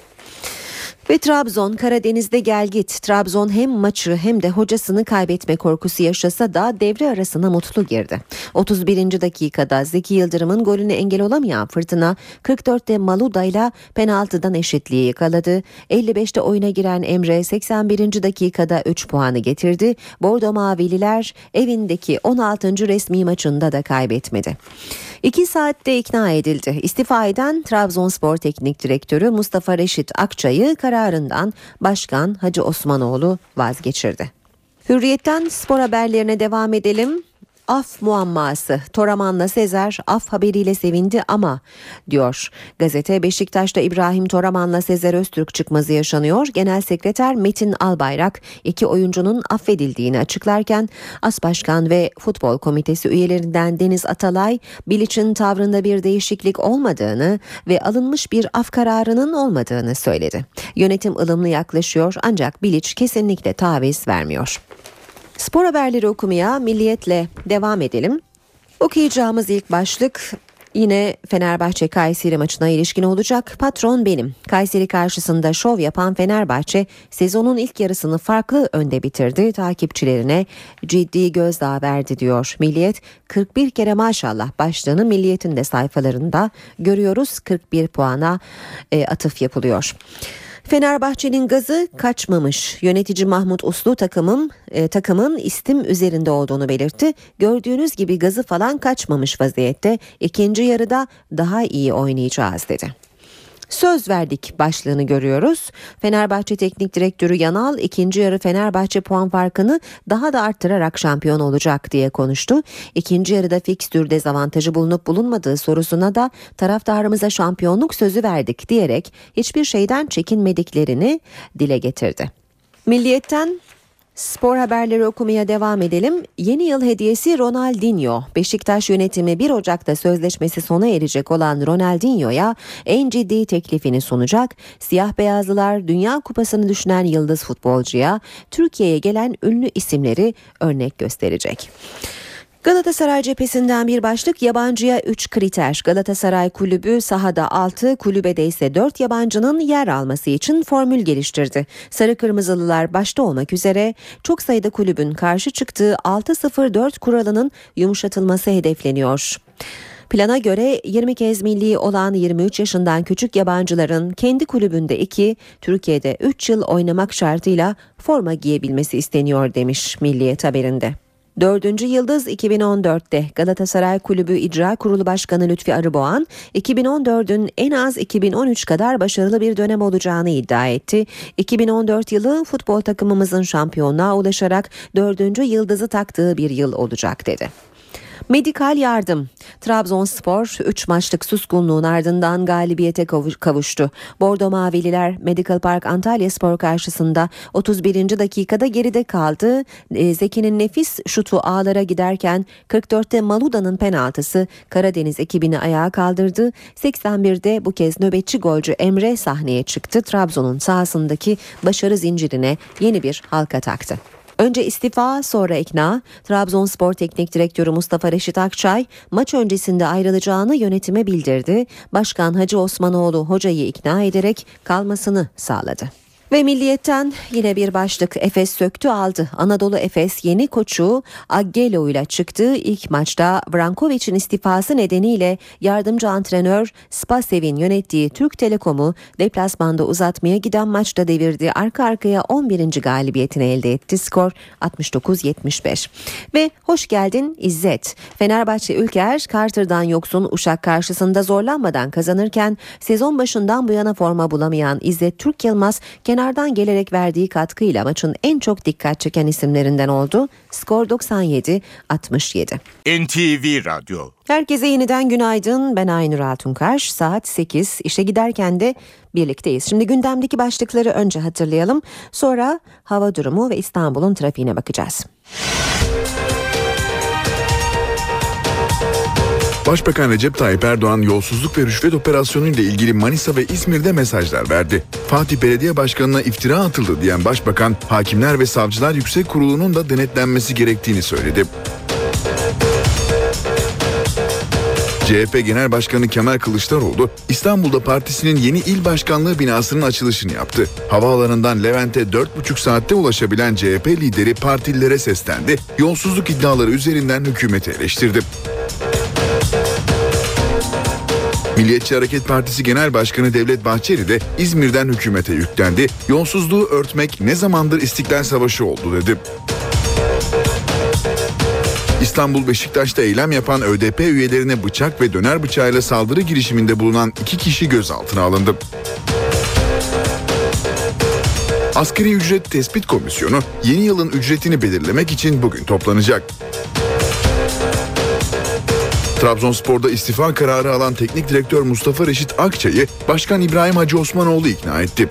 Ve Trabzon Karadeniz'de gelgit. Trabzon hem maçı hem de hocasını kaybetme korkusu yaşasa da devre arasına mutlu girdi. otuz birinci dakikada Zeki Yıldırım'ın golüne engel olamayan Fırtına kırk dörtte Maluda ile penaltıdan eşitliği yakaladı. elli beşte oyuna giren Emre seksen birinci dakikada üç puanı getirdi. Bordo Mavililer evindeki on altıncı resmi maçında da kaybetmedi. İki saatte ikna edildi. İstifa eden Trabzonspor Teknik Direktörü Mustafa Reşit Akçay'ı kararından Başkan Hacı Osmanoğlu vazgeçirdi. Hürriyet'ten spor haberlerine devam edelim. Af muamması. Toraman'la Sezer af haberiyle sevindi ama, diyor gazete. Beşiktaş'ta İbrahim Toraman'la Sezer Öztürk çıkmazı yaşanıyor. Genel Sekreter Metin Albayrak iki oyuncunun affedildiğini açıklarken As Başkan ve Futbol Komitesi üyelerinden Deniz Atalay, Bilic'in tavrında bir değişiklik olmadığını ve alınmış bir af kararının olmadığını söyledi. Yönetim ılımlı yaklaşıyor ancak Bilic kesinlikle taviz vermiyor. Spor haberleri okumaya Milliyet'le devam edelim. Okuyacağımız ilk başlık yine Fenerbahçe Kayseri maçına ilişkin olacak. Patron benim. Kayseri karşısında şov yapan Fenerbahçe sezonun ilk yarısını farklı önde bitirdi. Takipçilerine ciddi gözdağı verdi, diyor Milliyet. kırk bir kere maşallah başlığını Milliyet'in de sayfalarında görüyoruz. kırk bir puana e, atıf yapılıyor. Fenerbahçe'nin gazı kaçmamış. Yönetici Mahmut Uslu takımın e, takımın istim üzerinde olduğunu belirtti. Gördüğünüz gibi gazı falan kaçmamış vaziyette. İkinci yarıda daha iyi oynayacağız, dedi. Söz verdik başlığını görüyoruz. Fenerbahçe Teknik Direktörü Yanal ikinci yarı Fenerbahçe puan farkını daha da arttırarak şampiyon olacak diye konuştu. İkinci yarıda fikstür dezavantajı bulunup bulunmadığı sorusuna da taraftarımıza şampiyonluk sözü verdik diyerek hiçbir şeyden çekinmediklerini dile getirdi. Milliyet'ten spor haberleri okumaya devam edelim. Yeni yıl hediyesi Ronaldinho. Beşiktaş yönetimi bir Ocak'ta sözleşmesi sona erecek olan Ronaldinho'ya en ciddi teklifini sunacak. Siyah beyazlılar Dünya Kupası'nı düşünen yıldız futbolcuya Türkiye'ye gelen ünlü isimleri örnek gösterecek. Galatasaray cephesinden bir başlık, yabancıya üç kriter. Galatasaray kulübü sahada altı, kulübede ise dört yabancının yer alması için formül geliştirdi. Sarı Kırmızılılar başta olmak üzere çok sayıda kulübün karşı çıktığı altı sıfır dört kuralının yumuşatılması hedefleniyor. Plana göre yirmi kez milli olan yirmi üç yaşından küçük yabancıların kendi kulübünde iki, Türkiye'de üç yıl oynamak şartıyla forma giyebilmesi isteniyor, demiş Milliyet haberinde. Dördüncü yıldız iki bin on dörtte Galatasaray Kulübü İcra Kurulu Başkanı Lütfi Arıboğan, iki bin on dördün en az iki bin on üç kadar başarılı bir dönem olacağını iddia etti. iki bin on dört yılı futbol takımımızın şampiyonluğa ulaşarak dördüncü yıldızı taktığı bir yıl olacak, dedi. Medikal yardım. Trabzonspor üç maçlık suskunluğun ardından galibiyete kavuştu. Bordo Mavililer Medical Park Antalyaspor karşısında otuz birinci dakikada geride kaldı. Zeki'nin nefis şutu ağlara giderken kırk dörtte Maluda'nın penaltısı Karadeniz ekibini ayağa kaldırdı. seksen birde bu kez nöbetçi golcü Emre sahneye çıktı. Trabzon'un sahasındaki başarı zincirine yeni bir halka taktı. Önce istifa, sonra ikna. Trabzonspor Teknik Direktörü Mustafa Reşit Akçay maç öncesinde ayrılacağını yönetime bildirdi. Başkan Hacı Osmanoğlu hocayı ikna ederek kalmasını sağladı. Ve Milliyet'ten yine bir başlık. Efes söktü aldı. Anadolu Efes yeni koçu Aggelo ile çıktığı ilk maçta Brankovic'in istifası nedeniyle yardımcı antrenör Spasev'in yönettiği Türk Telekom'u deplasmanda uzatmaya giden maçta devirdi. Arka arkaya on birinci galibiyetini elde etti. Skor altmış dokuz yetmiş beş. Ve hoş geldin İzzet. Fenerbahçe Ülker Carter'dan yoksun Uşak karşısında zorlanmadan kazanırken sezon başından bu yana forma bulamayan İzzet Türk Yılmaz kenardan gelerek verdiği katkıyla maçın en çok dikkat çeken isimlerinden oldu. Skor doksan yedi altmış yedi. N T V Radyo. Herkese yeniden günaydın. Ben Aynur Altunkaş. Saat sekiz. İşe giderken de birlikteyiz. Şimdi gündemdeki başlıkları önce hatırlayalım. Sonra hava durumu ve İstanbul'un trafiğine bakacağız. Başbakan Recep Tayyip Erdoğan yolsuzluk ve rüşvet operasyonu ile ilgili Manisa ve İzmir'de mesajlar verdi. Fatih Belediye Başkanı'na iftira atıldı diyen Başbakan, Hakimler ve Savcılar Yüksek Kurulu'nun da denetlenmesi gerektiğini söyledi. C H P Genel Başkanı Kemal Kılıçdaroğlu, İstanbul'da partisinin yeni il başkanlığı binasının açılışını yaptı. Havaalanından Levent'e dört buçuk saatte ulaşabilen C H P lideri partililere seslendi, yolsuzluk iddiaları üzerinden hükümeti eleştirdi. Milliyetçi Hareket Partisi Genel Başkanı Devlet Bahçeli de İzmir'den hükümete yüklendi. Yolsuzluğu örtmek ne zamandır İstiklal Savaşı oldu dedi. İstanbul Beşiktaş'ta eylem yapan Ö D P üyelerine bıçak ve döner bıçağıyla saldırı girişiminde bulunan iki kişi gözaltına alındı. Asgari Ücret Tespit Komisyonu yeni yılın ücretini belirlemek için bugün toplanacak. Trabzonspor'da istifa kararı alan teknik direktör Mustafa Reşit Akçay'ı Başkan İbrahim Hacı Osmanoğlu ikna etti.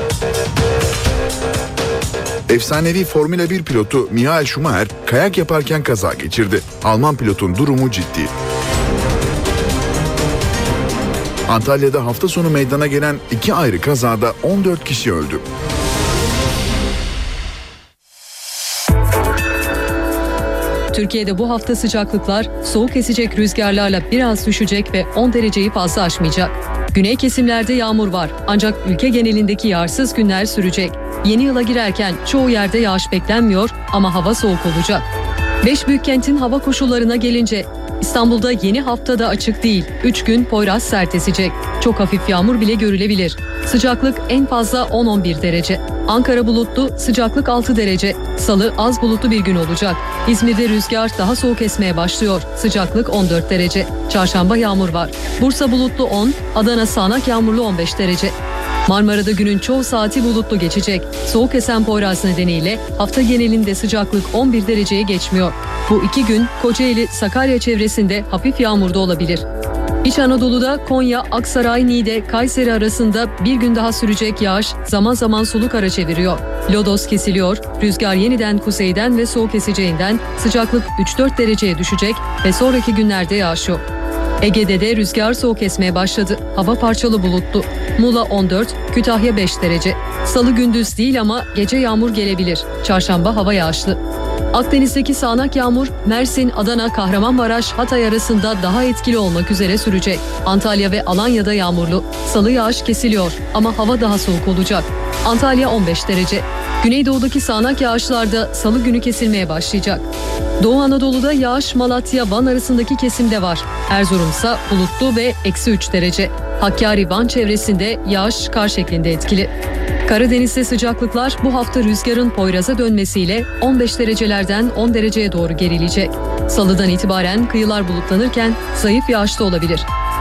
Efsanevi Formula bir pilotu Michael Schumacher kayak yaparken kaza geçirdi. Alman pilotun durumu ciddi. Antalya'da hafta sonu meydana gelen iki ayrı kazada on dört kişi öldü. Türkiye'de bu hafta sıcaklıklar soğuk esecek rüzgarlarla biraz düşecek ve on dereceyi fazla aşmayacak. Güney kesimlerde yağmur var ancak ülke genelindeki yağarsız günler sürecek. Yeni yıla girerken çoğu yerde yağış beklenmiyor ama hava soğuk olacak. Beş büyük kentin hava koşullarına gelince İstanbul'da yeni haftada açık değil. üç gün Poyraz sert esecek. Çok hafif yağmur bile görülebilir. Sıcaklık en fazla on on bir derece. Ankara bulutlu, sıcaklık altı derece. Salı az bulutlu bir gün olacak. İzmir'de rüzgar daha soğuk esmeye başlıyor. Sıcaklık on dört derece. Çarşamba yağmur var. Bursa bulutlu on, Adana sağanak yağmurlu on beş derece. Marmara'da günün çoğu saati bulutlu geçecek. Soğuk esen Poyraz nedeniyle hafta genelinde sıcaklık on bir dereceye geçmiyor. Bu iki gün Kocaeli, Sakarya çevresinde hafif yağmur da olabilir. İç Anadolu'da Konya, Aksaray, Niğde, Kayseri arasında bir gün daha sürecek yağış zaman zaman sulu kara çeviriyor. Lodos kesiliyor, rüzgar yeniden kuzeyden ve soğuk eseceğinden sıcaklık üç dört dereceye düşecek ve sonraki günlerde yağış yok. Ege'de de rüzgar soğuk esmeye başladı. Hava parçalı bulutlu. Muğla on dört, Kütahya beş derece. Salı gündüz değil ama gece yağmur gelebilir. Çarşamba hava yağışlı. Akdeniz'deki sağanak yağmur Mersin, Adana, Kahramanmaraş, Hatay arasında daha etkili olmak üzere sürecek. Antalya ve Alanya'da yağmurlu. Salı yağış kesiliyor ama hava daha soğuk olacak. Antalya on beş derece. Güneydoğudaki sağanak yağışlarda salı günü kesilmeye başlayacak. Doğu Anadolu'da yağış Malatya, Van arasındaki kesimde var. Erzurum ise bulutlu ve eksi üç derece. Hakkari, Van çevresinde yağış kar şeklinde etkili. Karadeniz'de sıcaklıklar bu hafta rüzgarın Poyraz'a dönmesiyle on beş derecelerden on dereceye doğru gerileyecek. Salıdan itibaren kıyılar bulutlanırken zayıf yağışlı olabilir.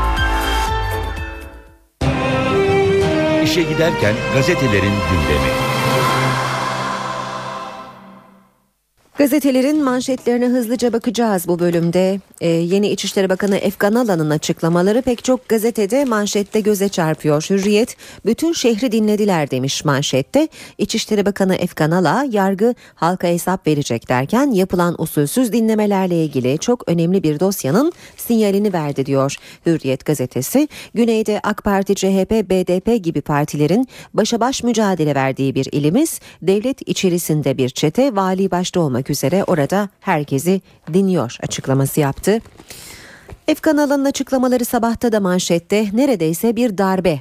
İşe giderken gazetelerin gündemi. Gazetelerin manşetlerine hızlıca bakacağız bu bölümde. Ee, yeni İçişleri Bakanı Efkan Alan'ın açıklamaları pek çok gazetede manşette göze çarpıyor. Hürriyet bütün şehri dinlediler demiş manşette. İçişleri Bakanı Efkan Ala yargı halka hesap verecek derken yapılan usulsüz dinlemelerle ilgili çok önemli bir dosyanın sinyalini verdi diyor Hürriyet gazetesi. Güneyde AK Parti, C H P, B D P gibi partilerin başa baş mücadele verdiği bir ilimiz, devlet içerisinde bir çete vali başta olmak üzere orada herkesi dinliyor açıklaması yaptı. Efkan Alan'ın açıklamaları sabahta da manşette, neredeyse bir darbe.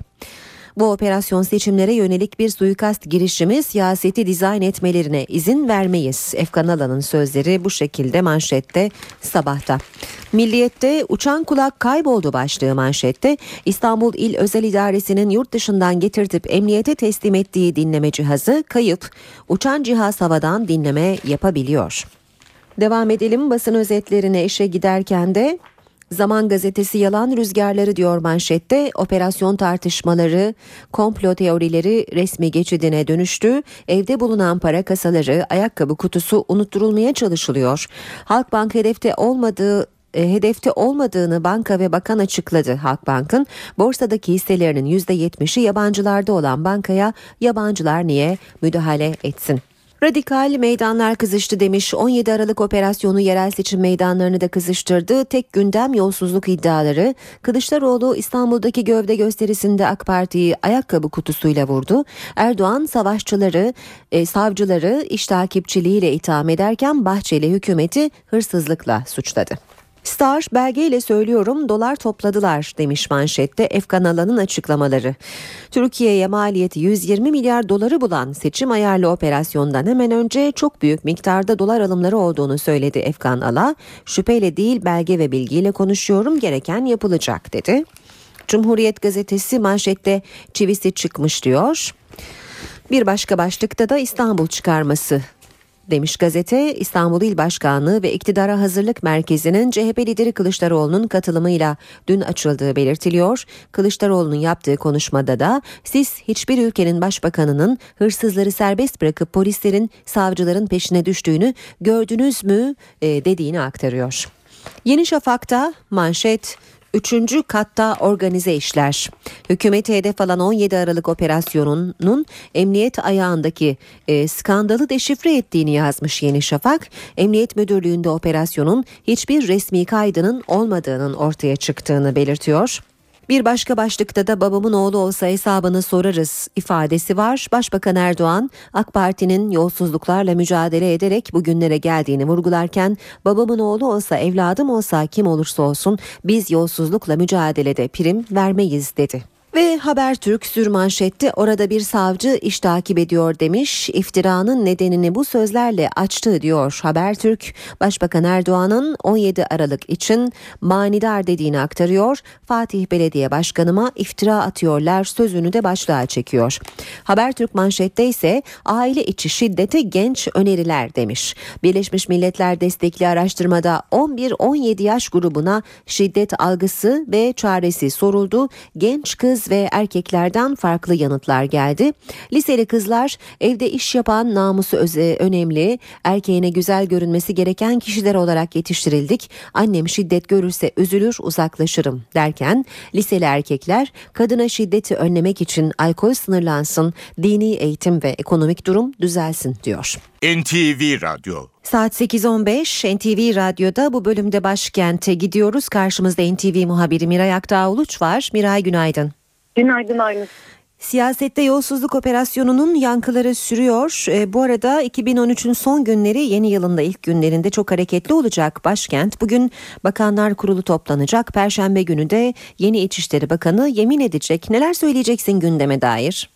Bu operasyon seçimlere yönelik bir suikast girişimi, siyaseti dizayn etmelerine izin vermeyiz. Efkan Alan'ın sözleri bu şekilde manşette sabahta. Milliyet'te uçan kulak kayboldu başlığı manşette. İstanbul İl Özel İdaresi'nin yurt dışından getirtip emniyete teslim ettiği dinleme cihazı kayıp. Uçan cihaz havadan dinleme yapabiliyor. Devam edelim basın özetlerine. İşe giderken de Zaman Gazetesi yalan rüzgarları diyor manşette. Operasyon tartışmaları, komplo teorileri resmi geçidine dönüştü. Evde bulunan para kasaları, ayakkabı kutusu unutturulmaya çalışılıyor. Halkbank hedefte olmadığı E, hedefte olmadığını banka ve bakan açıkladı. Halkbank'ın borsadaki hisselerinin yüzde yetmişi yabancılarda olan bankaya yabancılar niye müdahale etsin? Radikal meydanlar kızıştı demiş. on yedi Aralık operasyonu yerel seçim meydanlarını da kızıştırdı. Tek gündem yolsuzluk iddiaları. Kılıçdaroğlu İstanbul'daki gövde gösterisinde AK Parti'yi ayakkabı kutusuyla vurdu. Erdoğan savaşçıları, e, savcıları iş takipçiliğiyle itham ederken Bahçeli hükümeti hırsızlıkla suçladı. Star belgeyle söylüyorum dolar topladılar demiş manşette Efkan Alan'ın açıklamaları. Türkiye'ye maliyeti yüz yirmi milyar doları bulan seçim ayarlı operasyondan hemen önce çok büyük miktarda dolar alımları olduğunu söyledi Efkan Ala. Şüpheyle değil belge ve bilgiyle konuşuyorum, gereken yapılacak dedi. Cumhuriyet gazetesi manşette çivisi çıkmış diyor. Bir başka başlıkta da İstanbul çıkarması demiş gazete. İstanbul İl Başkanlığı ve İktidara Hazırlık Merkezi'nin C H P lideri Kılıçdaroğlu'nun katılımıyla dün açıldığı belirtiliyor. Kılıçdaroğlu'nun yaptığı konuşmada da siz hiçbir ülkenin başbakanının hırsızları serbest bırakıp polislerin, savcıların peşine düştüğünü gördünüz mü e, dediğini aktarıyor. Yeni Şafak'ta manşet Üçüncü katta organize işler. Hükümeti hedef alan on yedi Aralık operasyonunun emniyet ayağındaki e, skandalı deşifre ettiğini yazmış Yeni Şafak. Emniyet Müdürlüğü'nde operasyonun hiçbir resmi kaydının olmadığının ortaya çıktığını belirtiyor. Bir başka başlıkta da babamın oğlu olsa hesabını sorarız ifadesi var. Başbakan Erdoğan, AK Parti'nin yolsuzluklarla mücadele ederek bugünlere geldiğini vurgularken, babamın oğlu olsa, evladım olsa, kim olursa olsun biz yolsuzlukla mücadelede prim vermeyiz dedi. Ve Habertürk sürmanşette orada bir savcı iş takip ediyor demiş. İftiranın nedenini bu sözlerle açtı diyor Habertürk. Başbakan Erdoğan'ın on yedi Aralık için manidar dediğini aktarıyor. Fatih Belediye Başkanıma iftira atıyorlar sözünü de başlığa çekiyor. Habertürk manşette ise aile içi şiddete genç öneriler demiş. Birleşmiş Milletler destekli araştırmada on bir on yedi yaş grubuna şiddet algısı ve çaresi soruldu. Genç kız ve erkeklerden farklı yanıtlar geldi. Liseli kızlar evde iş yapan, namusu öze, önemli, erkeğine güzel görünmesi gereken kişiler olarak yetiştirildik. Annem şiddet görürse üzülür, uzaklaşırım derken liseli erkekler kadına şiddeti önlemek için alkol sınırlansın, dini eğitim ve ekonomik durum düzelsin diyor. N T V Radyo. Saat sekiz on beş N T V Radyo'da bu bölümde başkente gidiyoruz. Karşımızda N T V muhabiri Miray Aktağ Uluç var. Miray günaydın. Günaydın Aynur. Siyasette yolsuzluk operasyonunun yankıları sürüyor. E, bu arada iki bin on üçün son günleri, yeni yılında ilk günlerinde çok hareketli olacak başkent. Bugün Bakanlar Kurulu toplanacak. Perşembe günü de yeni İçişleri Bakanı yemin edecek. Neler söyleyeceksin gündeme dair?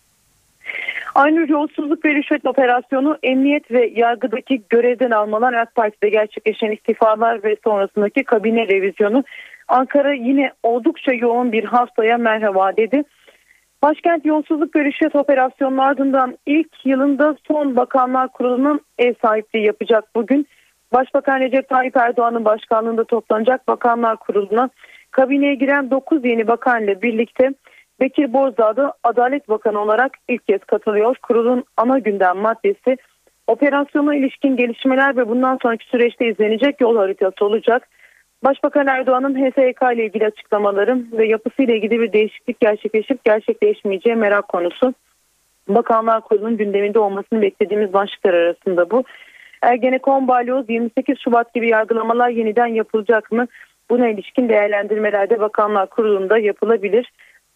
Aynur, yolsuzluk ve rüşvet operasyonu, emniyet ve yargıdaki görevden almalar, AK Parti'de gerçekleşen istifalar ve sonrasındaki kabine revizyonu, Ankara yine oldukça yoğun bir haftaya merhaba dedi. Başkent yolsuzluk ve rüşvet operasyonunun ardından ilk yılında son Bakanlar Kurulu'nun ev sahipliği yapacak bugün. Başbakan Recep Tayyip Erdoğan'ın başkanlığında toplanacak Bakanlar Kurulu'na kabineye giren dokuz yeni bakan ile birlikte Bekir Bozdağ da Adalet Bakanı olarak ilk kez katılıyor. Kurulun ana gündem maddesi Operasyona ilişkin gelişmeler ve bundan sonraki süreçte izlenecek yol haritası olacak. Başbakan Erdoğan'ın H S Y K ile ilgili açıklamaları ve yapısıyla ilgili bir değişiklik gerçekleşip gerçekleşmeyeceği merak konusu. Bakanlar Kurulu'nun gündeminde olmasını beklediğimiz başlıklar arasında bu. Ergenekon, balyoz, yirmi sekiz Şubat gibi yargılamalar yeniden yapılacak mı? Buna ilişkin değerlendirmeler de Bakanlar Kurulu'nda yapılabilir.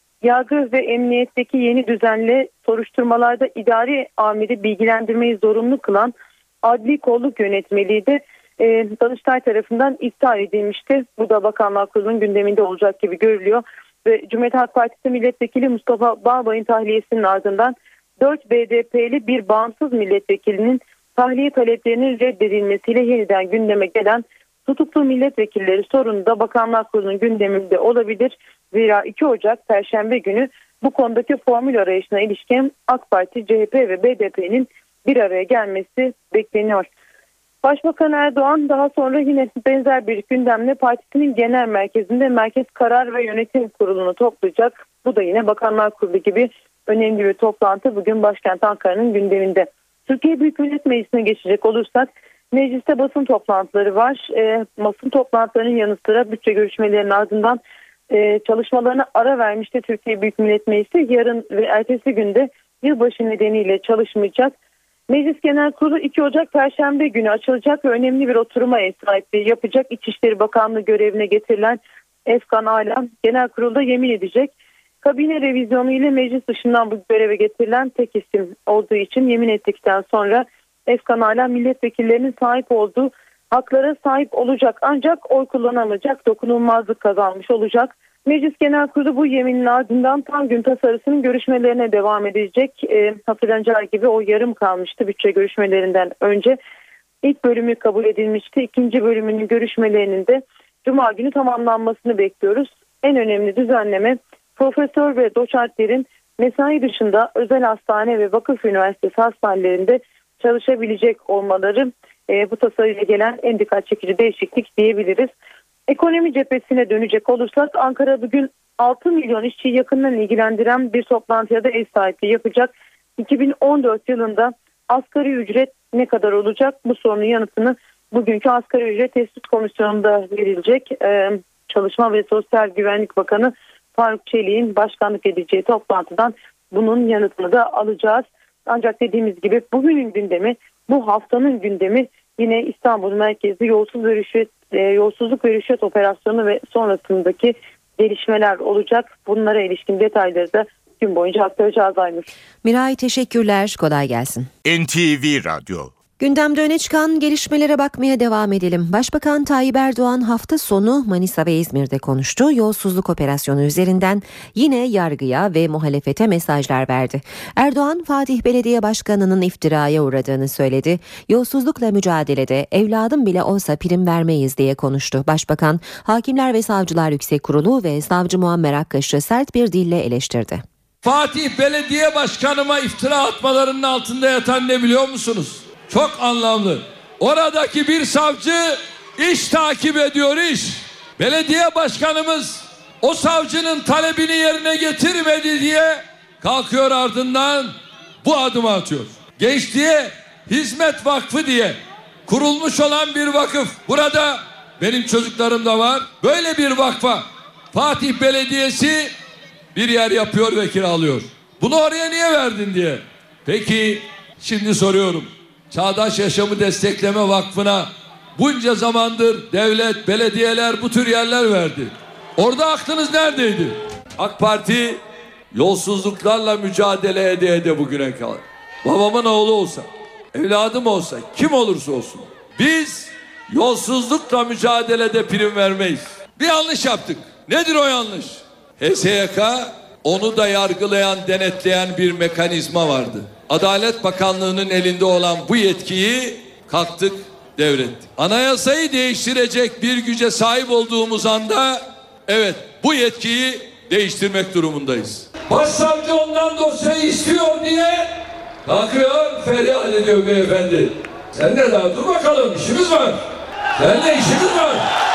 Yargı ve emniyetteki yeni düzenle soruşturmalarda idari amiri bilgilendirmeyi zorunlu kılan adli kolluk yönetmeliği de e, Danıştay tarafından iptal edilmişti. Bu da Bakanlar Kurulu'nun gündeminde olacak gibi görülüyor. Ve Cumhuriyet Halk Partisi Milletvekili Mustafa Bağbay'ın tahliyesinin ardından dört B D P'li bir bağımsız milletvekilinin tahliye taleplerinin reddedilmesiyle yeniden gündeme gelen tutuklu milletvekilleri sorunu da Bakanlar Kurulu'nun gündeminde olabilir. Zira iki Ocak Perşembe günü bu konudaki formül arayışına ilişkin AK Parti, C H P ve B D P'nin bir araya gelmesi bekleniyor. Başbakan Erdoğan daha sonra yine benzer bir gündemle partisinin genel merkezinde Merkez Karar ve Yönetim Kurulu'nu toplayacak. Bu da yine Bakanlar Kurulu gibi önemli bir toplantı bugün başkent Ankara'nın gündeminde. Türkiye Büyük Millet Meclisi'ne geçecek olursak mecliste basın toplantıları var. E, basın toplantılarının yanı sıra bütçe görüşmelerinin ardından e, çalışmalarına ara vermişti Türkiye Büyük Millet Meclisi. Yarın ve ertesi günde yılbaşı nedeniyle çalışmayacak. Meclis Genel Kurulu iki Ocak Perşembe günü açılacak ve önemli bir oturuma ev sahipliği yapacak. İçişleri Bakanlığı görevine getirilen Efkan Ala Genel Kurul'da yemin edecek. Kabine revizyonu ile meclis dışından bu göreve getirilen tek isim olduğu için yemin ettikten sonra Efkan Ala milletvekillerinin sahip olduğu haklara sahip olacak ancak oy kullanamayacak, dokunulmazlık kazanmış olacak. Meclis Genel Kurulu bu yeminin ardından tam gün tasarısının görüşmelerine devam edecek. E, hatırlanacağı gibi o yarım kalmıştı bütçe görüşmelerinden önce. İlk bölümü kabul edilmişti. İkinci bölümünün görüşmelerinin de Cuma günü tamamlanmasını bekliyoruz. En önemli düzenleme profesör ve doçentlerin mesai dışında özel hastane ve vakıf üniversitesi hastanelerinde çalışabilecek olmaları. E, bu tasarıyla gelen en dikkat çekici değişiklik diyebiliriz. Ekonomi cephesine dönecek olursak Ankara bugün altı milyon işçiyi yakından ilgilendiren bir toplantıya da ev sahipliği yapacak. iki bin on dört yılında asgari ücret ne kadar olacak? Bu sorunun yanıtını bugünkü asgari ücret tespit komisyonunda verilecek. Ee, Çalışma ve Sosyal Güvenlik Bakanı Faruk Çelik'in başkanlık edeceği toplantıdan bunun yanıtını da alacağız. Ancak dediğimiz gibi bugünün gündemi, bu haftanın gündemi yine İstanbul merkezli yolsuz ve rüşvet, e, yolsuzluk ve rüşvet operasyonu ve sonrasındaki gelişmeler olacak. Bunlara ilişkin detayları da gün boyunca aktaracağız Aynur. Miray teşekkürler, kolay gelsin. N T V Radyo. Gündemde öne çıkan gelişmelere bakmaya devam edelim. Başbakan Tayyip Erdoğan hafta sonu Manisa ve İzmir'de konuştu. Yolsuzluk operasyonu üzerinden yine yargıya ve muhalefete mesajlar verdi. Erdoğan, Fatih Belediye Başkanı'nın iftiraya uğradığını söyledi. Yolsuzlukla mücadelede evladım bile olsa prim vermeyiz diye konuştu. Başbakan, Hakimler ve Savcılar Yüksek Kurulu ve Savcı Muammer Akkaş'ı sert bir dille eleştirdi. Fatih Belediye Başkanıma iftira atmalarının altında yatan ne biliyor musunuz? Çok anlamlı. Oradaki bir savcı iş takip ediyor iş. Belediye başkanımız o savcının talebini yerine getirmedi diye kalkıyor ardından bu adımı atıyor. Gençliğe Hizmet Vakfı diye kurulmuş olan bir vakıf. Burada benim çocuklarım da var. Böyle bir vakfa Fatih Belediyesi bir yer yapıyor ve kiralıyor. Bunu oraya niye verdin diye. Peki şimdi soruyorum. Çağdaş Yaşamı Destekleme Vakfı'na bunca zamandır devlet, belediyeler bu tür yerler verdi. Orada aklınız neredeydi? AK Parti yolsuzluklarla mücadele ede ede bugüne kadar. Babamın oğlu olsa, evladım olsa, kim olursa olsun. Biz yolsuzlukla mücadelede prim vermeyiz. Bir yanlış yaptık. Nedir o yanlış? H S Y K onu da yargılayan, denetleyen bir mekanizma vardı. Adalet Bakanlığı'nın elinde olan bu yetkiyi kalktık, devrettik. Anayasayı değiştirecek bir güce sahip olduğumuz anda evet bu yetkiyi değiştirmek durumundayız. Başsavcı ondan dosyayı istiyor diye kalkıyor feryat ediyor beyefendi. Sen de daha dur bakalım, işimiz var. Sen de işimiz var.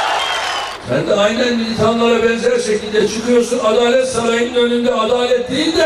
Sen de aynen militanlara benzer şekilde çıkıyorsun Adalet Sarayı'nın önünde adalet değil de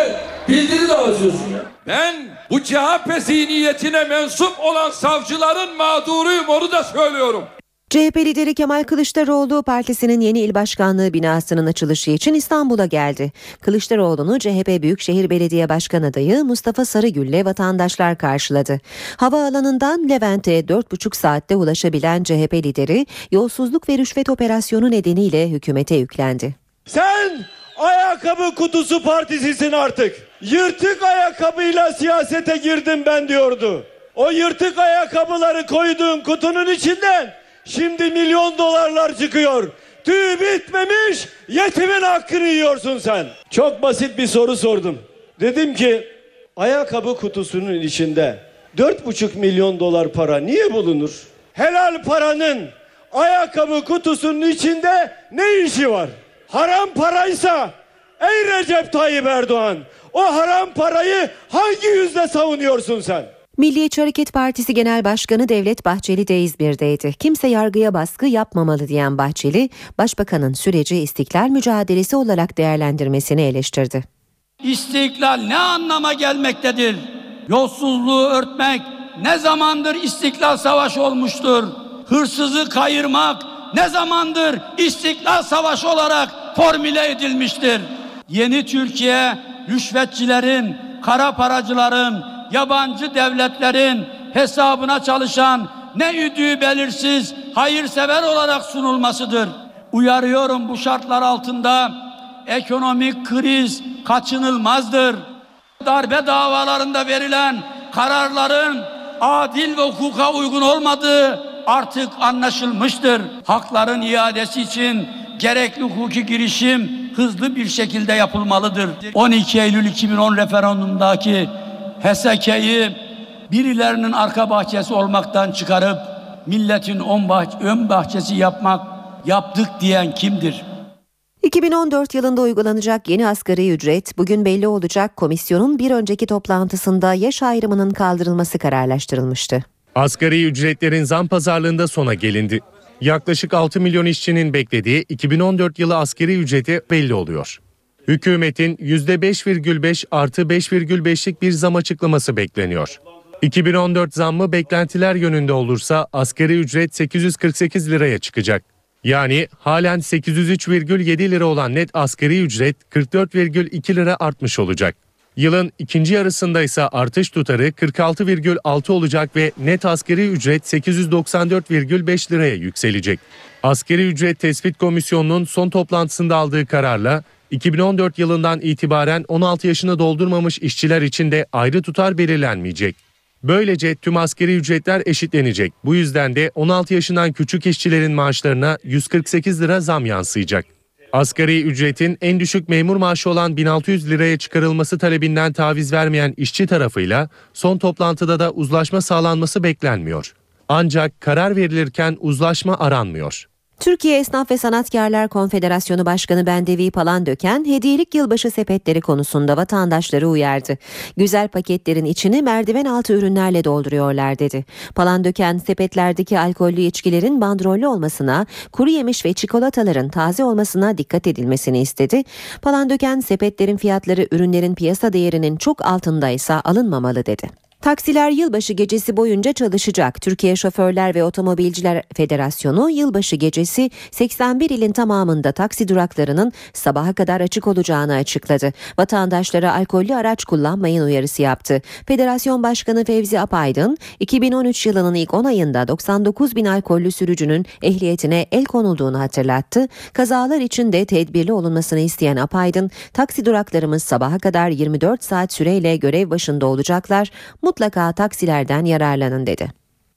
Bildiri dağıtıyorsun ya. Ben bu C H P zihniyetine mensup olan savcıların mağduruyum, onu da söylüyorum. C H P lideri Kemal Kılıçdaroğlu partisinin yeni il başkanlığı binasının açılışı için İstanbul'a geldi. Kılıçdaroğlu'nu C H P Büyükşehir Belediye Başkan adayı Mustafa Sarıgül'le vatandaşlar karşıladı. Havaalanından Levent'e dört buçuk saatte ulaşabilen C H P lideri yolsuzluk ve rüşvet operasyonu nedeniyle hükümete yüklendi. Sen ayakkabı kutusu partisisin artık. Yırtık ayakkabıyla siyasete girdim ben diyordu. O yırtık ayakkabıları koyduğun kutunun içinden şimdi milyon dolarlar çıkıyor. Tüy bitmemiş, yetimin hakkını yiyorsun sen. Çok basit bir soru sordum. Dedim ki ayakkabı kutusunun içinde dört buçuk milyon dolar para niye bulunur? Helal paranın ayakkabı kutusunun içinde ne işi var? Haram paraysa ey Recep Tayyip Erdoğan, o haram parayı hangi yüzle savunuyorsun sen? Milliyetçi Hareket Partisi Genel Başkanı Devlet Bahçeli de İzmir'deydi. Kimse yargıya baskı yapmamalı diyen Bahçeli, Başbakanın süreci istiklal mücadelesi olarak değerlendirmesini eleştirdi. İstiklal ne anlama gelmektedir? Yolsuzluğu örtmek ne zamandır istiklal savaşı olmuştur? Hırsızı kayırmak ne zamandır istiklal savaşı olarak formüle edilmiştir? Yeni Türkiye, rüşvetçilerin, kara paracıların, yabancı devletlerin hesabına çalışan ne üdüğü belirsiz hayırsever olarak sunulmasıdır. Uyarıyorum, bu şartlar altında ekonomik kriz kaçınılmazdır. Darbe davalarında verilen kararların adil ve hukuka uygun olmadığı artık anlaşılmıştır. Hakların iadesi için gerekli hukuki girişim hızlı bir şekilde yapılmalıdır. on iki Eylül iki bin on referandumundaki H S K'yi birilerinin arka bahçesi olmaktan çıkarıp milletin ön bahçesi yapmak yaptık diyen kimdir? iki bin on dört yılında uygulanacak yeni asgari ücret bugün belli olacak. Komisyonun bir önceki toplantısında yaş ayrımının kaldırılması kararlaştırılmıştı. Asgari ücretlerin zam pazarlığında sona gelindi. Yaklaşık altı milyon işçinin beklediği iki bin on dört yılı asgari ücreti belli oluyor. Hükümetin yüzde beş virgül beş artı beş virgül beşlik bir zam açıklaması bekleniyor. iki bin on dört zammı beklentiler yönünde olursa asgari ücret sekiz yüz kırk sekiz liraya çıkacak. Yani halen sekiz yüz üç virgül yedi lira olan net asgari ücret kırk dört virgül iki lira artmış olacak. Yılın ikinci yarısında ise artış tutarı kırk altı virgül altı olacak ve net asgari ücret sekiz yüz doksan dört virgül beş liraya yükselecek. Asgari ücret tespit komisyonunun son toplantısında aldığı kararla iki bin on dört yılından itibaren on altı yaşını doldurmamış işçiler için de ayrı tutar belirlenmeyecek. Böylece tüm asgari ücretler eşitlenecek. Bu yüzden de on altı yaşından küçük işçilerin maaşlarına yüz kırk sekiz lira zam yansıyacak. Asgari ücretin en düşük memur maaşı olan bin altı yüz liraya çıkarılması talebinden taviz vermeyen işçi tarafıyla son toplantıda da uzlaşma sağlanması beklenmiyor. Ancak karar verilirken uzlaşma aranmıyor. Türkiye Esnaf ve Sanatkarlar Konfederasyonu Başkanı Bendevi Palandöken, hediyelik yılbaşı sepetleri konusunda vatandaşları uyardı. Güzel paketlerin içini merdiven altı ürünlerle dolduruyorlar dedi. Palandöken, sepetlerdeki alkollü içkilerin bandrollü olmasına, kuru yemiş ve çikolataların taze olmasına dikkat edilmesini istedi. Palandöken, sepetlerin fiyatları ürünlerin piyasa değerinin çok altındaysa alınmamalı dedi. Taksiler yılbaşı gecesi boyunca çalışacak. Türkiye Şoförler ve Otomobilciler Federasyonu yılbaşı gecesi seksen bir ilin tamamında taksi duraklarının sabaha kadar açık olacağını açıkladı. Vatandaşlara alkollü araç kullanmayın uyarısı yaptı. Federasyon Başkanı Fevzi Apaydın, iki bin on üç yılının ilk on ayında doksan dokuz bin alkollü sürücünün ehliyetine el konulduğunu hatırlattı. Kazalar için de tedbirli olunmasını isteyen Apaydın, taksi duraklarımız sabaha kadar yirmi dört saat süreyle görev başında olacaklar. Mutlaka taksilerden yararlanın dedi.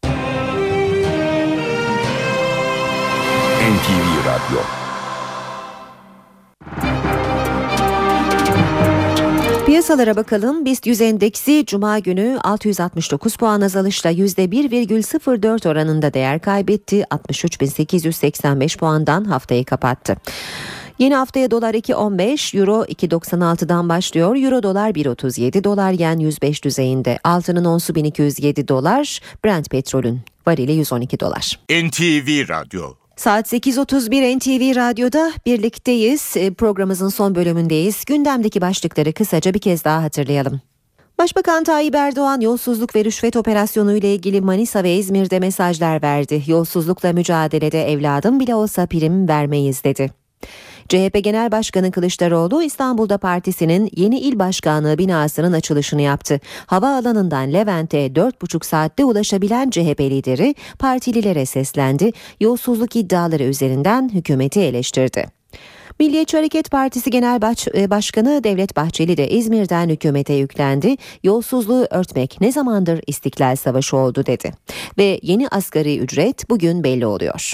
N T V Radyo. Piyasalara bakalım. BIST yüz endeksi Cuma günü altı yüz altmış dokuz puan azalışla yüzde bir virgül sıfır dört oranında değer kaybetti. altmış üç bin sekiz yüz seksen beş puandan haftayı kapattı. Yeni haftaya dolar iki virgül on beş, euro iki virgül doksan altıdan başlıyor. Euro dolar bir virgül otuz yedi, dolar yen yüz beş düzeyinde. Altının onsu bin iki yüz yedi dolar, Brent petrolün varili yüz on iki dolar. N T V Radyo. Saat sekiz otuz bir N T V Radyo'da birlikteyiz. Programımızın son bölümündeyiz. Gündemdeki başlıkları kısaca bir kez daha hatırlayalım. Başbakan Tayyip Erdoğan yolsuzluk ve rüşvet operasyonu ile ilgili Manisa ve İzmir'de mesajlar verdi. Yolsuzlukla mücadelede evladım bile olsa prim vermeyiz dedi. C H P Genel Başkanı Kılıçdaroğlu İstanbul'da partisinin yeni il başkanlığı binasının açılışını yaptı. Havaalanından Levent'e dört buçuk saatte ulaşabilen C H P lideri partililere seslendi. Yolsuzluk iddiaları üzerinden hükümeti eleştirdi. Milliyetçi Hareket Partisi Genel Baş- Başkanı Devlet Bahçeli de İzmir'den hükümete yüklendi. Yolsuzluğu örtmek ne zamandır İstiklal Savaşı oldu dedi. Ve yeni asgari ücret bugün belli oluyor.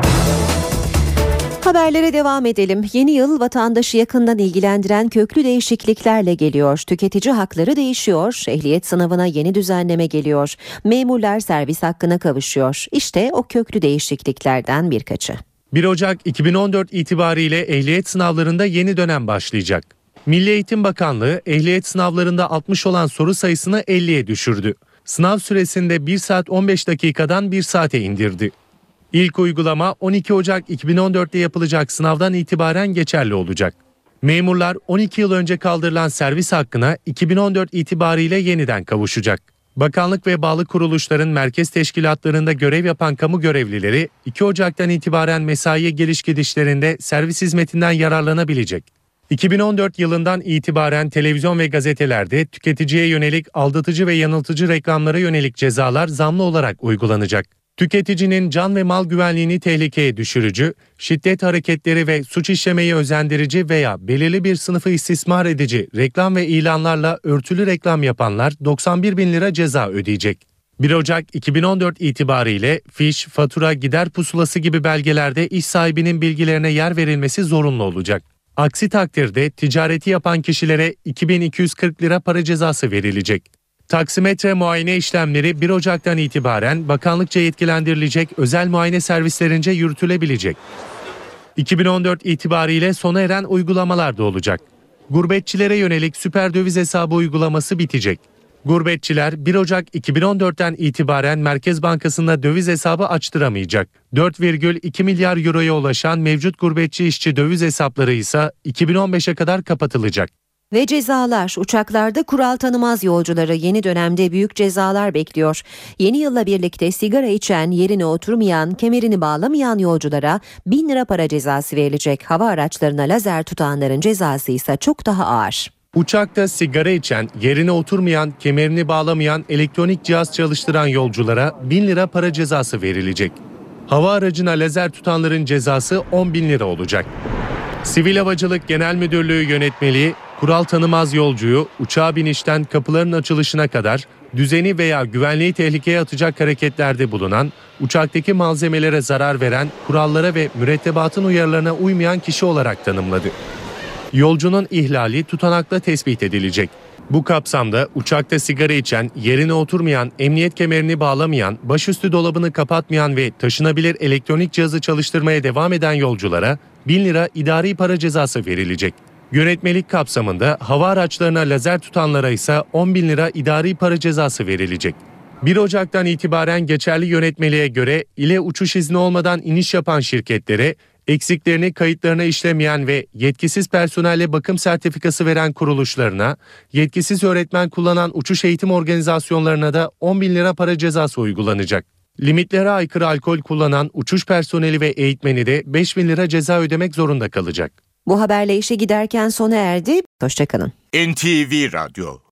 Haberlere devam edelim. Yeni yıl vatandaşı yakından ilgilendiren köklü değişikliklerle geliyor. Tüketici hakları değişiyor. Ehliyet sınavına yeni düzenleme geliyor. Memurlar servis hakkına kavuşuyor. İşte o köklü değişikliklerden birkaçı. bir Ocak iki bin on dört itibariyle ehliyet sınavlarında yeni dönem başlayacak. Milli Eğitim Bakanlığı ehliyet sınavlarında altmış olan soru sayısını elliye düşürdü. Sınav süresinde bir saat on beş dakikadan bir saate indirdi. İlk uygulama on iki Ocak iki bin on dörtte yapılacak sınavdan itibaren geçerli olacak. Memurlar on iki yıl önce kaldırılan servis hakkına iki bin on dört itibariyle yeniden kavuşacak. Bakanlık ve bağlı kuruluşların merkez teşkilatlarında görev yapan kamu görevlileri iki Ocak'tan itibaren mesaiye geliş gidişlerinde servis hizmetinden yararlanabilecek. iki bin on dört yılından itibaren televizyon ve gazetelerde tüketiciye yönelik aldatıcı ve yanıltıcı reklamlara yönelik cezalar zamlı olarak uygulanacak. Tüketicinin can ve mal güvenliğini tehlikeye düşürücü, şiddet hareketleri ve suç işlemeyi özendirici veya belirli bir sınıfı istismar edici reklam ve ilanlarla örtülü reklam yapanlar doksan bir bin lira ceza ödeyecek. bir Ocak iki bin on dört itibariyle fiş, fatura, gider pusulası gibi belgelerde iş sahibinin bilgilerine yer verilmesi zorunlu olacak. Aksi takdirde ticareti yapan kişilere iki bin iki yüz kırk lira para cezası verilecek. Taksimetre muayene işlemleri bir Ocak'tan itibaren bakanlıkça yetkilendirilecek özel muayene servislerince yürütülebilecek. iki bin on dört itibariyle sona eren uygulamalar da olacak. Gurbetçilere yönelik süper döviz hesabı uygulaması bitecek. Gurbetçiler bir Ocak iki bin on dörtten itibaren Merkez Bankası'nda döviz hesabı açtıramayacak. dört virgül iki milyar euroya ulaşan mevcut gurbetçi işçi döviz hesapları ise iki bin on beşe kadar kapatılacak. Ve cezalar. Uçaklarda kural tanımaz yolcuları yeni dönemde büyük cezalar bekliyor. Yeni yılla birlikte sigara içen, yerine oturmayan, kemerini bağlamayan yolculara bin lira para cezası verilecek. Hava araçlarına lazer tutanların cezası ise çok daha ağır. Uçakta sigara içen, yerine oturmayan, kemerini bağlamayan, elektronik cihaz çalıştıran yolculara bin lira para cezası verilecek. Hava aracına lazer tutanların cezası on bin lira olacak. Sivil Havacılık Genel Müdürlüğü yönetmeliği, kural tanımaz yolcuyu uçağa binişten kapıların açılışına kadar düzeni veya güvenliği tehlikeye atacak hareketlerde bulunan, uçaktaki malzemelere zarar veren, kurallara ve mürettebatın uyarılarına uymayan kişi olarak tanımladı. Yolcunun ihlali tutanakla tespit edilecek. Bu kapsamda uçakta sigara içen, yerine oturmayan, emniyet kemerini bağlamayan, başüstü dolabını kapatmayan ve taşınabilir elektronik cihazı çalıştırmaya devam eden yolculara bin lira idari para cezası verilecek. Yönetmelik kapsamında hava araçlarına lazer tutanlara ise on bin lira idari para cezası verilecek. bir Ocak'tan itibaren geçerli yönetmeliğe göre ile uçuş izni olmadan iniş yapan şirketlere, eksiklerini kayıtlarına işlemeyen ve yetkisiz personelle bakım sertifikası veren kuruluşlarına, yetkisiz öğretmen kullanan uçuş eğitim organizasyonlarına da on bin lira para cezası uygulanacak. Limitlere aykırı alkol kullanan uçuş personeli ve eğitmeni de beş bin lira ceza ödemek zorunda kalacak. Bu haberle işe giderken sona erdi. Hoşçakalın. N T V Radyo